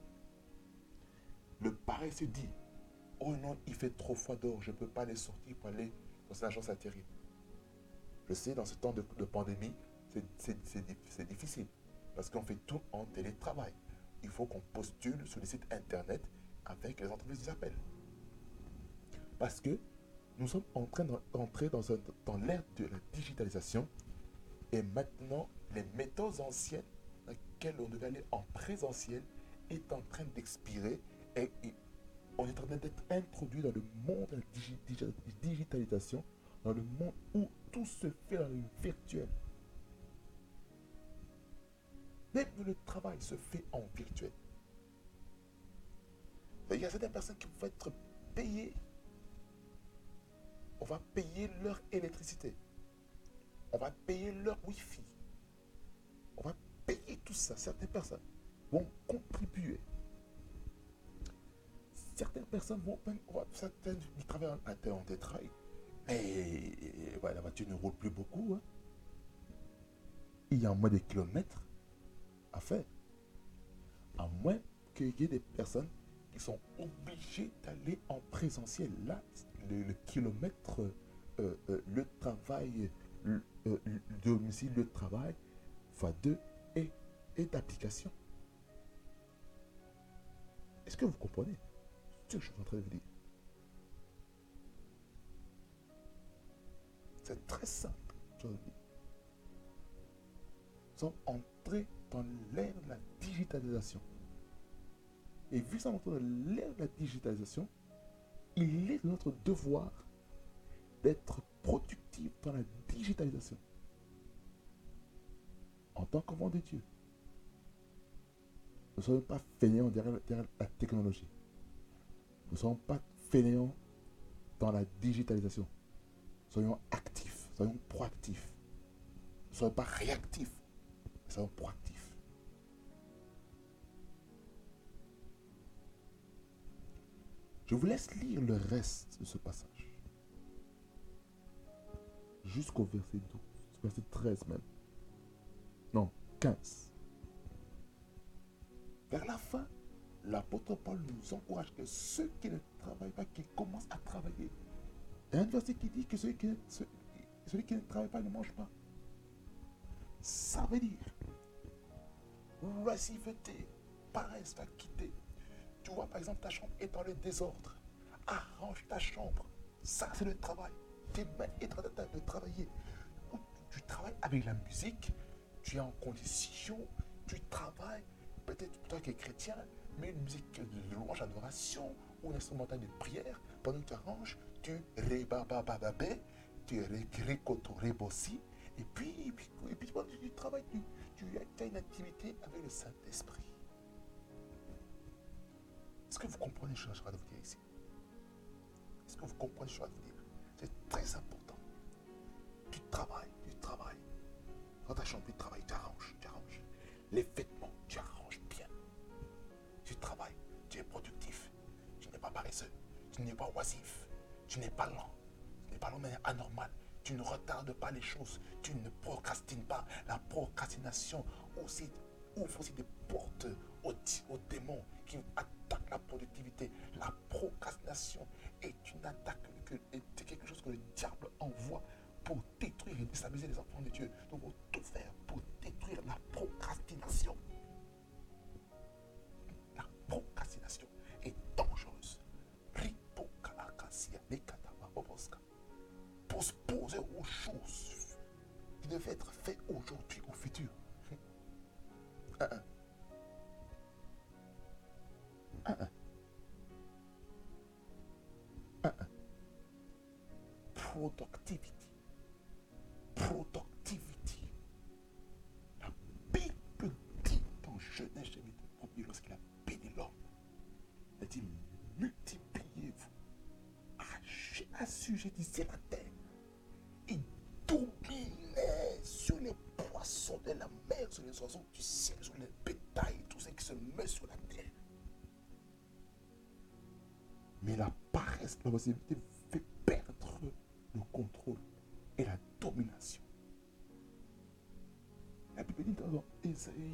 Le paresseux dit, oh non, il fait trop froid dehors, je ne peux pas aller sortir pour aller dans une agence intérim. Je sais, dans ce temps de, de pandémie, c'est, c'est, c'est, c'est difficile. Parce qu'on fait tout en télétravail. Il faut qu'on postule sur les sites internet avec les entreprises qui s'appellent. Parce que nous sommes en train d'entrer dans, un, dans l'ère de la digitalisation. Et maintenant, les méthodes anciennes dans lesquelles on devait aller en présentiel est en train d'expirer. Et, et on est en train d'être introduit dans le monde de la digi, digi, digitalisation, dans le monde où tout se fait dans le virtuel. Même le travail se fait en virtuel. Il y a certaines personnes qui vont être payées. On va payer leur électricité. On va payer leur Wi-Fi. On va payer tout ça. Certaines personnes vont contribuer. Certaines personnes vont, certaines du travail en télétravail. Mais ouais, la voiture ne roule plus beaucoup. Hein. Il y a moins de kilomètres à faire. À moins qu'il y ait des personnes qui sont obligées d'aller en présentiel. Là, le, le kilomètre, euh, euh, le travail, le, euh, le domicile, le travail, fois deux et, et d'application. Est-ce que vous comprenez ce que je suis en train de vous dire? C'est très simple, je vous dis. Nous sommes entrés dans l'ère de la digitalisation. Et vu que nous sommes entrés dans l'ère de la digitalisation, il est de notre devoir d'être productif dans la digitalisation. En tant qu'enfant de Dieu. Nous ne sommes pas fainéants derrière, derrière la technologie. Nous ne sommes pas fainéants dans la digitalisation. Soyons actifs, soyons proactifs. Ne soyons pas réactifs, mais soyons proactifs. Je vous laisse lire le reste de ce passage. Jusqu'au verset douze, verset treize même. Non, quinze. Vers la fin, l'apôtre Paul nous encourage que ceux qui ne travaillent pas, qu'ils commencent à travailler. Il y a un verset qui dit que celui qui, celui, celui qui ne travaille pas ne mange pas. Ça veut dire oisiveté, paresse va quitter. Tu vois, par exemple, ta chambre est dans le désordre. Arrange ta chambre. Ça, c'est le travail. Tes mains sont en train de travailler. Tu travailles avec la musique. Tu es en condition. Tu travailles. Peut-être toi qui es chrétien, mais une musique de louange, d'adoration ou un instrumental de prière. Pendant que tu arranges, tu rébababababé, tu récoto rebossi. Et puis, et puis, et puis pendant que tu travailles, tu, tu as une activité avec le Saint-Esprit. Est-ce que vous comprenez ce que je suis en train de vous dire ici? Est-ce que vous comprenez ce que je suis en train de vous dire? C'est très important. Tu travailles, tu travailles. Dans ta chambre, tu travailles, tu arranges, tu arranges. Les vêtements, tu arranges bien. Tu travailles, tu es productif. Tu n'es pas paresseux. Tu n'es pas oisif. Tu n'es pas lent. Tu n'es pas lent, mais anormal. Tu ne retardes pas les choses. Tu ne procrastines pas. La procrastination aussi ouvre aussi des portes aux, aux démons qui attaquent la productivité. La procrastination est une attaque, c'est quelque chose que le diable envoie pour détruire et déstabiliser les enfants de Dieu. Nous devons tout faire pour détruire la procrastination. La procrastination est dangereuse. Pour se poser aux choses qui devaient être faites aujourd'hui ou au futur. Un, un. Un, un. Un, un. Productivity. Productivity. La Bible dit dans Genèse chapitre premier, lorsqu'il a béni l'homme, il a dit multipliez-vous, assujettissez la terre. Il dominait sur les poissons de la mer, sur les oiseaux du ciel, sur les bétails, tout ce qui se met sur la terre. Mais la paresse, la possibilité fait perdre le contrôle et la domination. La Bible dit dans Ésaïe,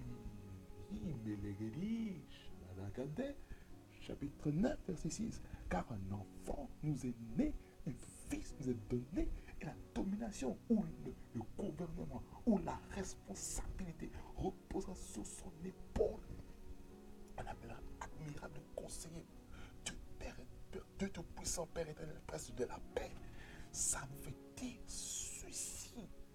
chapitre neuf, verset six, car un enfant nous est né, un fils nous est donné, et la domination ou le, le gouvernement ou la responsabilité reposera sur son épaule. On appellera admirable conseiller, Dieu Père, Dieu Tout-Puissant, Père éternel, Prince de la paix. Ça veut dire ceci.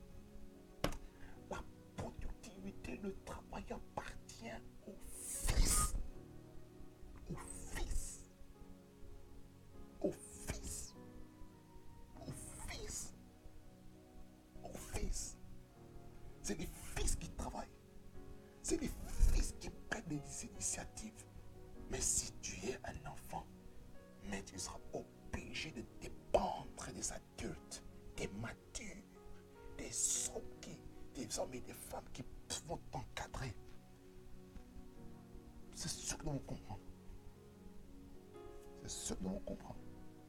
La productivité, le travail appartient au Fils. Au Fils. Au Fils. Au Fils. Au Fils. C'est les fils qui travaillent. C'est les fils qui prennent des initiatives. Mais si tu es un enfant, mais tu seras obligé de dépendre des adultes, des matures, des hommes, qui, des hommes et des femmes qui vont t'encadrer. C'est sûr que nous comprenons. C'est sûr que nous comprenons.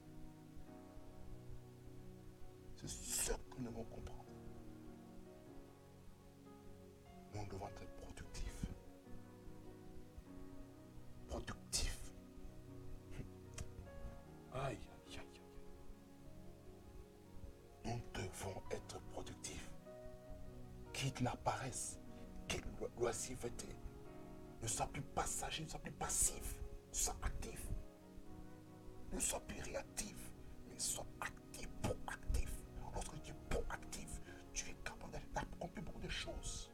C'est sûr que nous devons comprendre. Nous devons être productifs. Productifs. Aïe, aïe, aïe, aïe. Nous devons être productifs. Quitte la paresse, quitte l'oisiveté. Ne sois plus passager, ne sois plus passif, sois actif. Ne sois plus réactif, mais sois actif, proactif. Lorsque tu es proactif, tu es capable d'accomplir beaucoup de choses.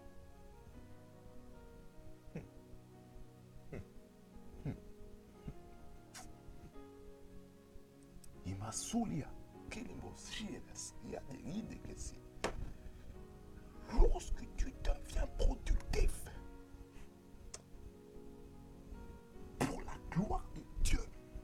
Hum. Hum. Hum. Il m'a saoulé. Il y a des idées que c'est. Lorsque tu deviens productif pour la gloire de Dieu,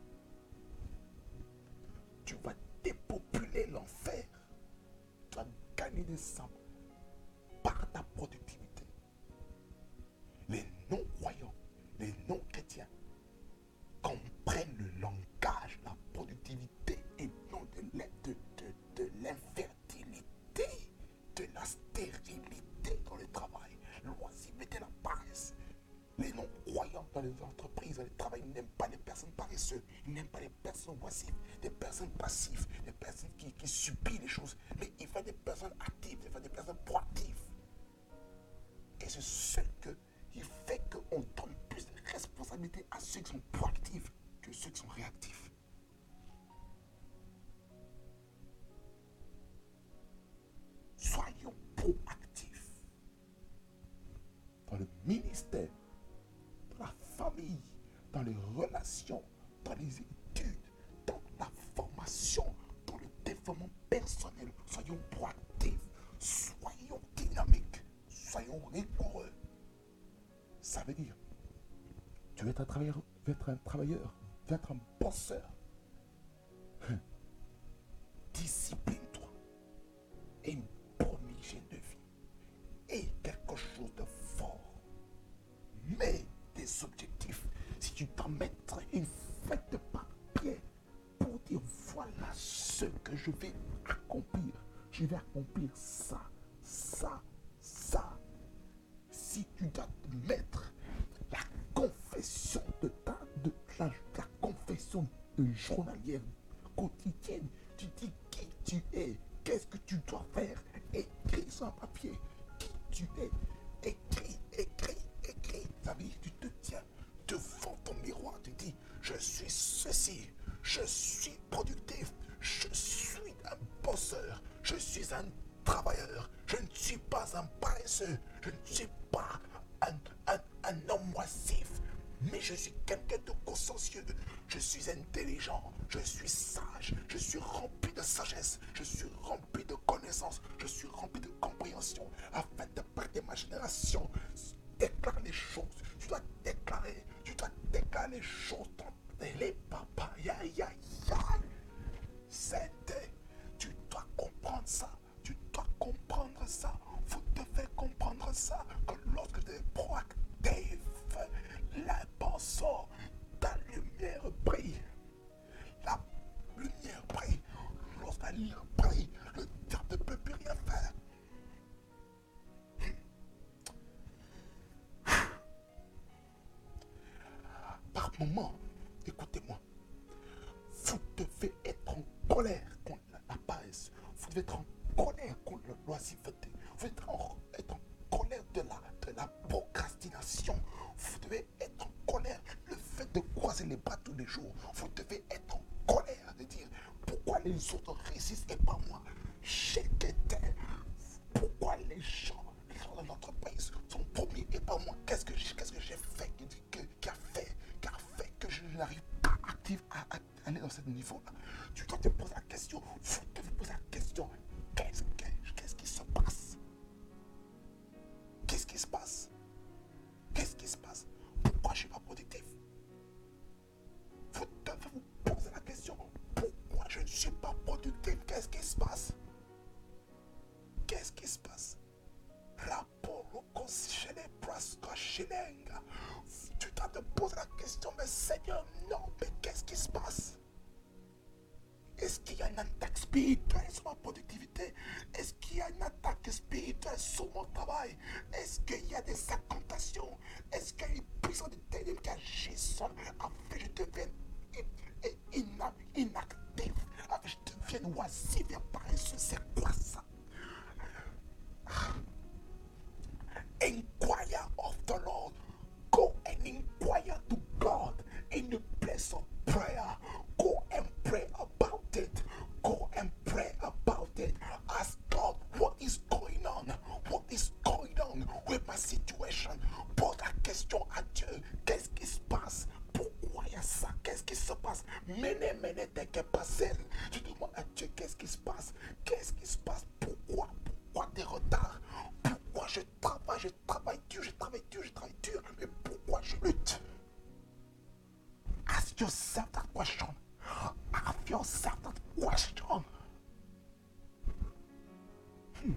tu vas dépopuler l'enfer. Tu vas gagner des âmes par ta productivité. Les non-croyants, les non-chrétiens comprennent le langage, la productivité et non de, de, de, de l'infertilité, de la stérilité dans le travail, l'oisiveté, la paresse. Les non-croyants dans les entreprises, dans les travails, n'aiment pas les personnes paresseuses, ils n'aiment pas les personnes oisives, des personnes passives, des personnes qui, qui subissent les choses, mais il faut des personnes actives, il faut des personnes proactives. Et c'est ce qui fait qu'on donne plus de responsabilité à ceux qui sont proactifs que ceux qui sont réactifs. Soyons proactifs dans le ministère, dans la famille, dans les relations, dans les études, dans la formation, dans le développement personnel. Soyons proactifs, soyons dynamiques, soyons rigoureux. Ça veut dire, tu veux être un travailleur, tu veux être un travailleur, tu veux être un bosseur. Discipline-toi et une bonne hygiène de vie et quelque chose de fort. Mais des objectifs, si tu dois mettre une feuille de papier pour dire voilà ce que je vais accomplir, je vais accomplir ça, ça, ça. Si tu dois te mettre la confession de ta, de la, la confession de journalière quotidienne, tu dis qui tu es, qu'est-ce que tu dois faire, écris sur un papier, qui tu es, écris, écris, écris. Ça veut dire que tu te tiens devant ton miroir, tu dis, je suis ceci, je suis productif, je suis un bosseur, je suis un travailleur, je ne suis pas un paresseux, je ne suis pas un, un, un homme oisif, mais je suis quelqu'un de consciencieux, je suis intelligent, je suis sage, je suis rempli de sagesse, je suis rempli de connaissances, je suis rempli de compréhension, afin de par ma génération déclare les les choses t'ont... Les papas, ya, ya, ya. C'était... Tu dois comprendre ça. Tu dois comprendre ça. Vous devez comprendre ça. Que lorsque tu es proactif, la pensée, ta lumière brille. La lumière brille. Lorsque la lumière brille, le diable ne peut plus rien faire. Par moment, écoutez-moi, vous devez être en colère contre la paresse. Vous devez être en colère contre la loisiveté. Vous devez être en, être en colère de la, de la procrastination. Vous devez être en colère le fait de croiser les bras tous les jours. Vous devez être en colère de dire pourquoi les autres réussissent et pas moi. Chez Kétel, pourquoi les gens, les gens de notre pays sont premiers et pas moi. Qu'est-ce que, qu'est-ce que j'ai fait qui, qui, qui a fait qui a fait que je n'arrive pas active à, à aller dans ce niveau-là. Tu dois te poser la question, vous devez vous poser la question, qu'est-ce, qu'est-ce qui se passe? Qu'est-ce qui se passe? Qu'est-ce qui se passe? Pourquoi je ne suis pas productif? Vous devez vous poser la question, pourquoi je ne suis pas productif? Qu'est-ce qui se passe? Qu'est-ce qui se passe? Tu dois te poser la question, mais Seigneur, non, mais qu'est-ce qui se passe? Est-ce qu'il y a une attaque spirituelle sur ma productivité? Est-ce qu'il y a une attaque spirituelle sur mon travail? Est-ce qu'il y a des incantations? Est-ce qu'il y a une puissance de ténèbres qui agissent afin que je devienne inactif, afin que je devienne oisif et paresseux? C'est quoi ça? Inquire of the Lord. Go and inquire to God in the place of prayer. Go and pray about it. Go and pray about it. Ask God what is going on. What is going on with my situation? Pose la question à Dieu. Qu'est-ce qui se passe? Pourquoi il y a ça? Qu'est-ce qui se passe? Mene, mene, t'es que passer. Je demande à Dieu qu'est-ce qui se passe? Qu'est-ce qui se passe? Pourquoi? Pourquoi des retards? Pourquoi je travaille, je travaille dur, je travaille dur, je travaille dur, mais pourquoi je lutte? Ask yourself that question. Ask yourself that question. Hmm.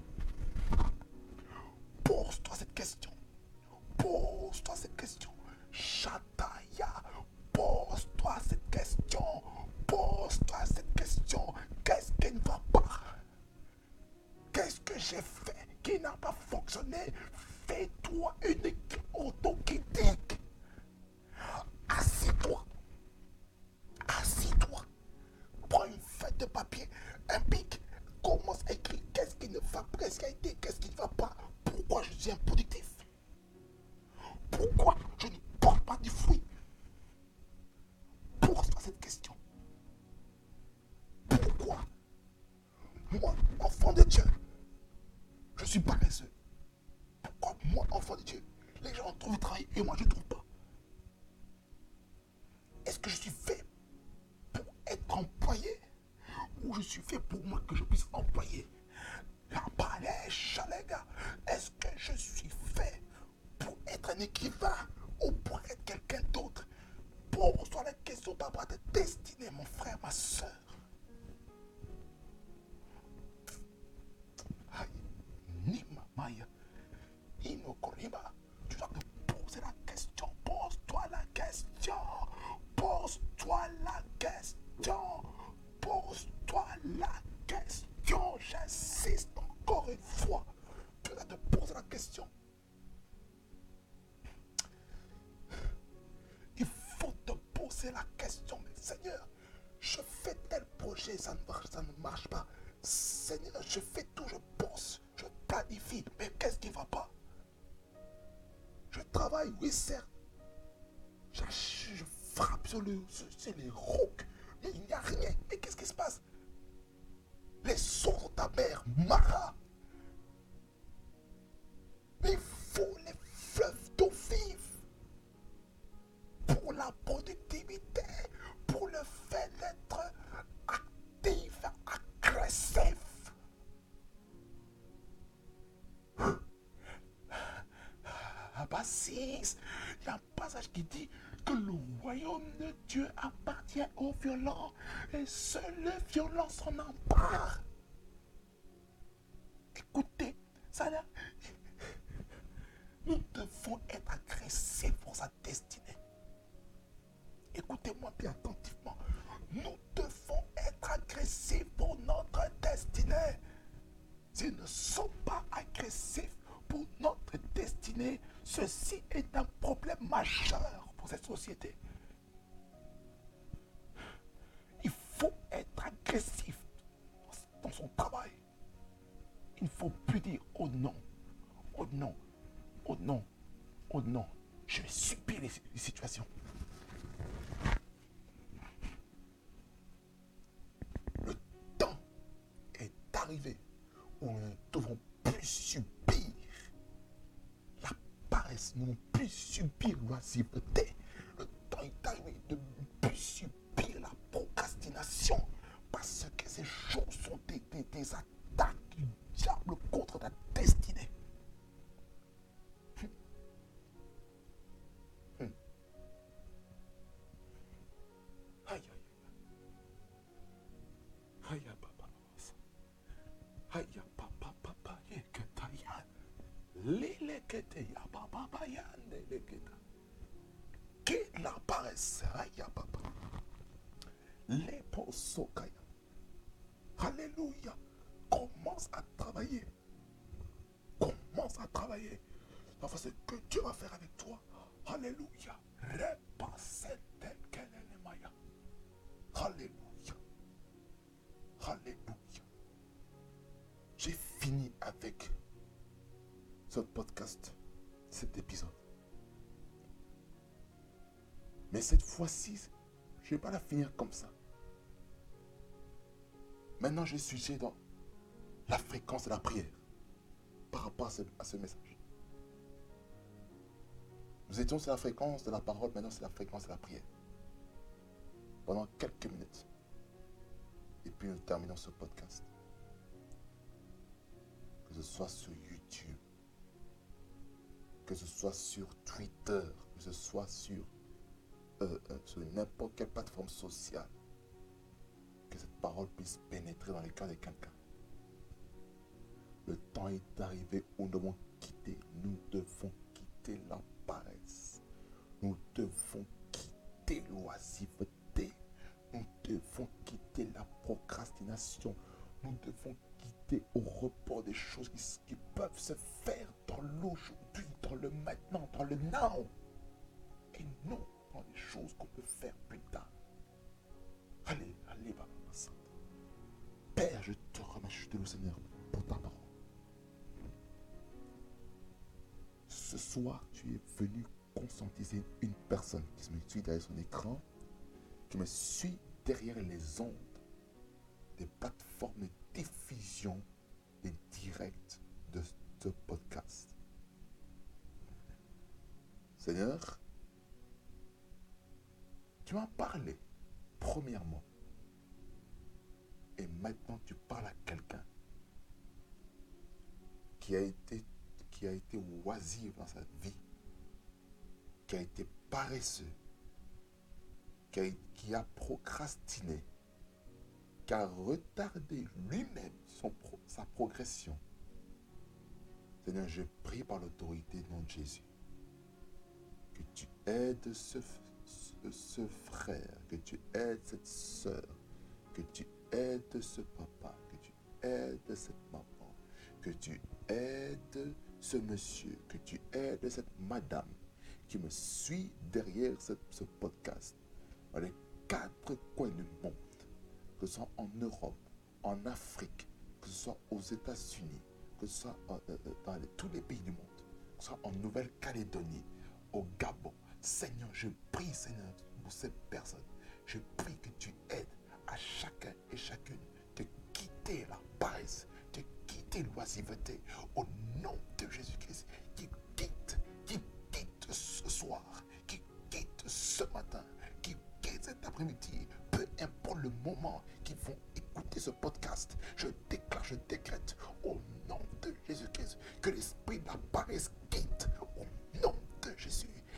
Pose-toi cette question. Pose-toi cette question. Shataya. Pose-toi cette question. Pose-toi cette question. Qu'est-ce qui ne va pas? Qu'est-ce que j'ai fait qui n'a pas fonctionné? Fais-toi une autocritique. Assis-toi. Assis-toi. Prends une feuille de papier, un bic. Commence à écrire qu'est-ce qui ne va pas, qu'est-ce qui a été, qu'est-ce qui ne va pas. Pourquoi je suis improductif? Pourquoi je ne porte pas du fruit? Pose-toi cette question. Pourquoi moi, enfant de Dieu, je suis paresseux? Pourquoi moi, enfant de Dieu, les gens trouvent du travail et moi je ne trouve pas? Est-ce que je suis fait pour être employé ou je suis fait pour moi que je puisse employer? La palèche, les gars. Est-ce que je suis fait pour être un écrivain ou pour être quelqu'un d'autre? Pose-toi la question d'avoir de destinée, mon frère, ma soeur. Nima Maya, Inokorima, tu dois te poser la question, pose-toi la question, pose-toi la question, pose-toi la question, j'insiste encore une fois, tu dois te poser la question. Il faut te poser la question, mais Seigneur, je fais tel projet, ça ne marche, ça ne marche pas. Seigneur, je fais tout, je pense, je planifie, mais qu'est-ce qui ne va pas? Je travaille, oui, certes. Je, je frappe sur, le, sur les rocs, mais il n'y a rien. Mais qu'est-ce qui se passe? Les sons sont amers, Mara. Il faut les fleuves d'eau vive pour la productivité, pour le fait d'être actif, agressif. Abassi six, il y a un passage qui dit que le royaume de Dieu appartient aux violents et seuls les violents s'en emparent. Écoutez, ça là, nous devons être agressifs pour sa destinée. Écoutez-moi bien attentivement. Nous devons être agressifs pour notre destinée. S'ils ne sont pas agressifs pour notre destinée, ceci est un problème majeur pour cette société. Il faut être agressif dans son travail. Il ne faut plus dire « oh non, oh non, oh non, oh non, je vais subir les, les situations ». Le temps est arrivé où nous ne devons plus subir la paresse, nous ne devons plus subir l'oisiveté. Le temps est arrivé de ne plus subir la procrastination parce que ces choses sont des, des, des attaques du diable contre ta destinée. Hum. Hum. Aïe, aïe, aïe. Aïe, papa. Aïe, papa, papa, yeketaya. Leleketeya, papa, bayande, leketa. Que la paresse, aïe, papa. Les posokaya. Alléluia. Commence à travailler. Commence à travailler. Enfin, ce que Dieu va faire avec toi. Alléluia. Repassez tel qu'elle est les Maya. Alléluia. Alléluia. J'ai fini avec ce podcast, cet épisode. Mais cette fois-ci, je ne vais pas la finir comme ça. Maintenant, je suis switché dans la fréquence de la prière par rapport à ce, à ce message. Nous étions sur la fréquence de la parole, maintenant c'est la fréquence de la prière. Pendant quelques minutes. Et puis nous terminons ce podcast. Que ce soit sur YouTube, que ce soit sur Twitter, que ce soit sur, euh, euh, sur n'importe quelle plateforme sociale. Que cette parole puisse pénétrer dans les cœurs de quelqu'un. Le temps est arrivé où nous devons quitter, nous devons quitter la paresse. Nous devons quitter l'oisiveté. Nous devons quitter la procrastination. Nous devons quitter au report des choses qui, qui peuvent se faire dans l'aujourd'hui, dans le maintenant, dans le now. Et non dans les choses qu'on peut faire plus tard. Allez, allez, Papa Saint. Père, je te remercie, je te loue, Seigneur, pour ta parole. Ce soir, tu es venu conscientiser une personne qui me suit derrière son écran, qui me suit derrière les ondes des plateformes de diffusion des directs de ce podcast. Seigneur, tu m'as parlé, premièrement, et maintenant tu parles à quelqu'un qui a été, qui a été oisif dans sa vie, qui a été paresseux, qui a, qui a procrastiné, qui a retardé lui-même son, sa progression. Seigneur, je prie par l'autorité du nom de Jésus que tu aides ce, ce, ce frère, que tu aides cette sœur, que tu aides ce papa, que tu aides cette maman, que tu aides ce monsieur, que tu aides cette madame qui me suit derrière ce, ce podcast, dans les quatre coins du monde, que ce soit en Europe, en Afrique, que ce soit aux États-Unis, que ce soit euh, euh, dans les, tous les pays du monde, que ce soit en Nouvelle-Calédonie, au Gabon. Seigneur, je prie, Seigneur, pour ces personnes. Je prie que tu aides à chacun et chacune de quitter la paresse, de quitter l'oisiveté, au nom de Jésus-Christ, qui quitte, qui quitte ce soir, qui quitte ce matin, qui quitte cet après-midi, peu importe le moment qu'ils vont écouter ce podcast, je déclare, je décrète au nom de Jésus-Christ que l'esprit de la paresse quitte au nom de Jésus.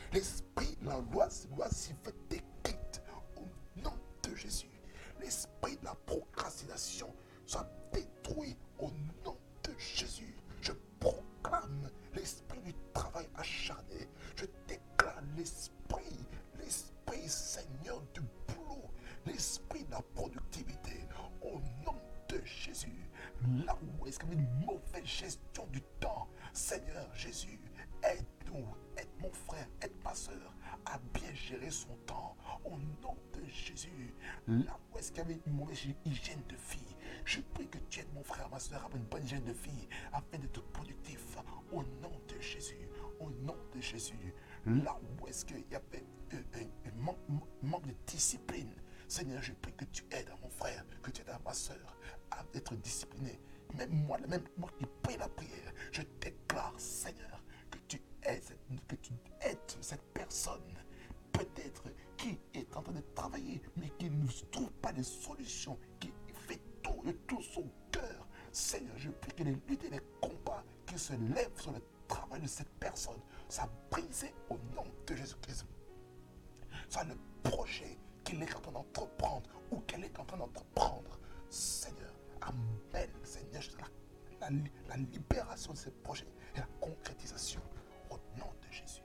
L'esprit, la loi, loi s'y fait décrite au nom de Jésus. L'esprit de la procrastination soit détruit au nom de Jésus. Je proclame l'esprit du travail acharné. Je déclare l'esprit, l'esprit Seigneur du boulot, l'esprit de la productivité au nom de Jésus. Là où est-ce qu'il y a une mauvaise gestion du temps, Seigneur Jésus, aide-nous, aide mon frère, aide ma soeur à bien gérer son temps au nom de Jésus. Là où est-ce qu'il y avait une mauvaise hygiène de vie, je prie que tu aides mon frère, ma soeur à avoir une bonne hygiène de vie afin d'être productif au nom de Jésus. Au nom de Jésus. Là où est-ce qu'il y avait un, un, un manque, manque de discipline, Seigneur, je prie que tu aides à mon frère, que tu aides à ma soeur à être discipliné. Même moi, même moi qui prie la prière, je déclare, Seigneur, que tu aides, que tu aides cette personne, peut-être qui est en train de travailler, mais qui ne trouve pas de solution, qui fait tout de tout son cœur. Seigneur, je prie que les luttes et les combats qui se lèvent sur le travail de cette personne soient brisés au nom de Jésus-Christ. Soit le projet qu'il est en train d'entreprendre ou qu'elle est en train d'entreprendre. Seigneur, amen, Seigneur, la, la, la libération de ces projets et la concrétisation au nom de Jésus.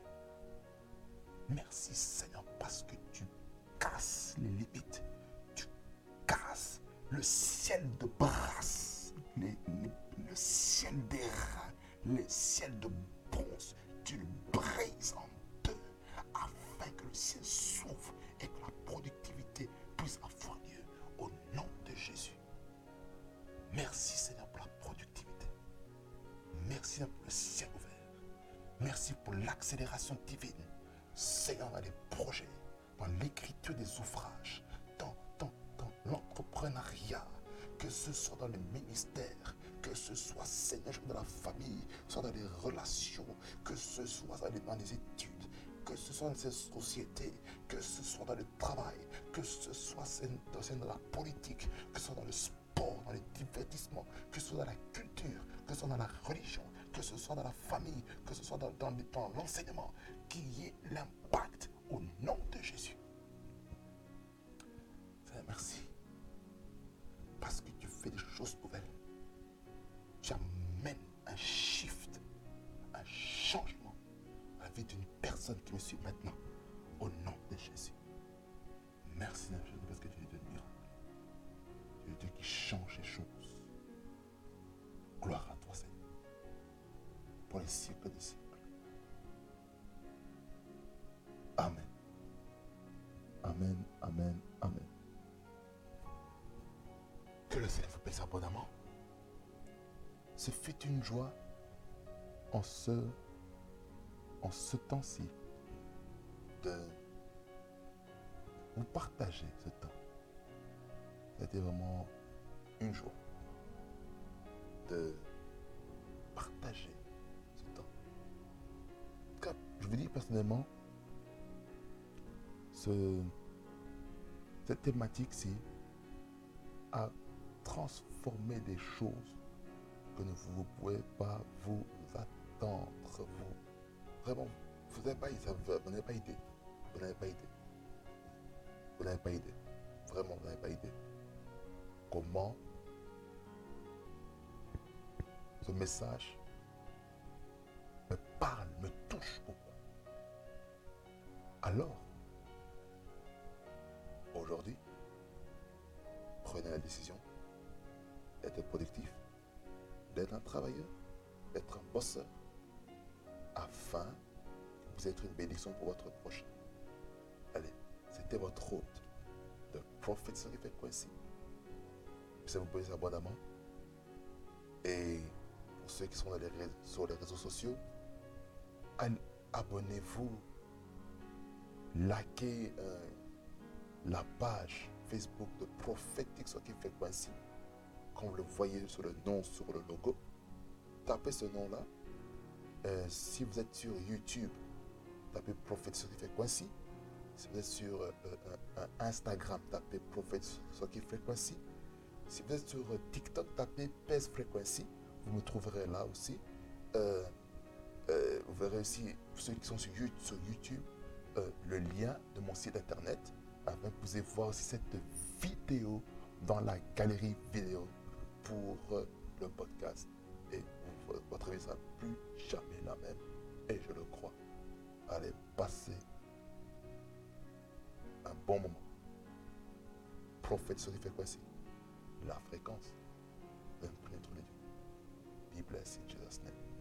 Merci, Seigneur, parce que tu casses les limites, tu casses le ciel de brasse, les, les, le ciel d'airain, le ciel de bronze, tu le brises en deux afin que le ciel s'ouvre et que la productivité puisse avoir lieu au nom de Jésus. Merci, Seigneur, pour la productivité. Merci pour le ciel ouvert. Merci pour l'accélération divine. Seigneur, dans les projets, dans l'écriture des ouvrages, dans, dans, dans l'entrepreneuriat, que ce soit dans le ministère, que ce soit, Seigneur, dans la famille, soit dans les relations, que ce soit dans les, dans les études, que ce soit dans ces sociétés, que ce soit dans le travail, que ce soit dans, dans la politique, que ce soit dans le sport, dans les divertissements, que ce soit dans la culture, que ce soit dans la religion, que ce soit dans la famille, que ce soit dans, dans, dans l'enseignement, qu'il y ait l'impact au nom de Jésus. Seigneur, merci. Parce que tu fais des choses nouvelles. Tu amènes un shift, un changement à la vie d'une personne qui me suit maintenant. Au nom de Jésus. Merci, Seigneur, parce que tu es Dieu de miracle. Tu es Dieu qui change les choses. Gloire à toi, Seigneur. Pour les siècles des siècles. Amen. Amen, amen, amen. Que le Seigneur vous paie abondamment. Ce fut une joie en ce, en ce temps-ci de vous partager ce temps. C'était vraiment une joie de partager ce temps. En tout cas, je vous dis personnellement, ce, cette thématique-ci a transformé des choses que vous ne pouvez pas vous attendre. Vous, vraiment, vous n'avez pas, vous n'avez pas idée. Vous n'avez pas idée. Vous n'avez pas idée. Vraiment, vous n'avez pas idée. Comment ce message me parle, me touche beaucoup. Alors, aujourd'hui, prenez la décision d'être productif, d'être un travailleur, d'être un bosseur, afin que vous êtes une bénédiction pour votre prochain. Allez, c'était votre hôte de Prophet Sonny Frequency. Puis vous pouvez abondamment. Et pour ceux qui sont dans les réseaux, sur les réseaux sociaux, abonnez-vous, likez euh, la page Facebook de Prophetic Sonny Frequency. Quand vous le voyez sur le nom, sur le logo, tapez ce nom-là. Euh, si vous êtes sur YouTube, tapez Prophet Sonny Frequency. Si vous êtes sur euh, euh, Instagram, tapez Prophet Sonny Frequency. Si vous êtes sur TikTok, tapez P E S Frequency. Vous me trouverez là aussi. Euh, euh, vous verrez aussi, pour ceux qui sont sur You- sur YouTube, euh, le lien de mon site internet, afin que vous puissiez voir aussi cette vidéo dans la galerie vidéo pour euh, le podcast. Et vous- votre vie ne sera plus jamais la même. Et je le crois. Allez, passez un bon moment. Prophète sur fait quoi ici? La fréquence. Même connaître les dieux. Be blessed in Jesus' name.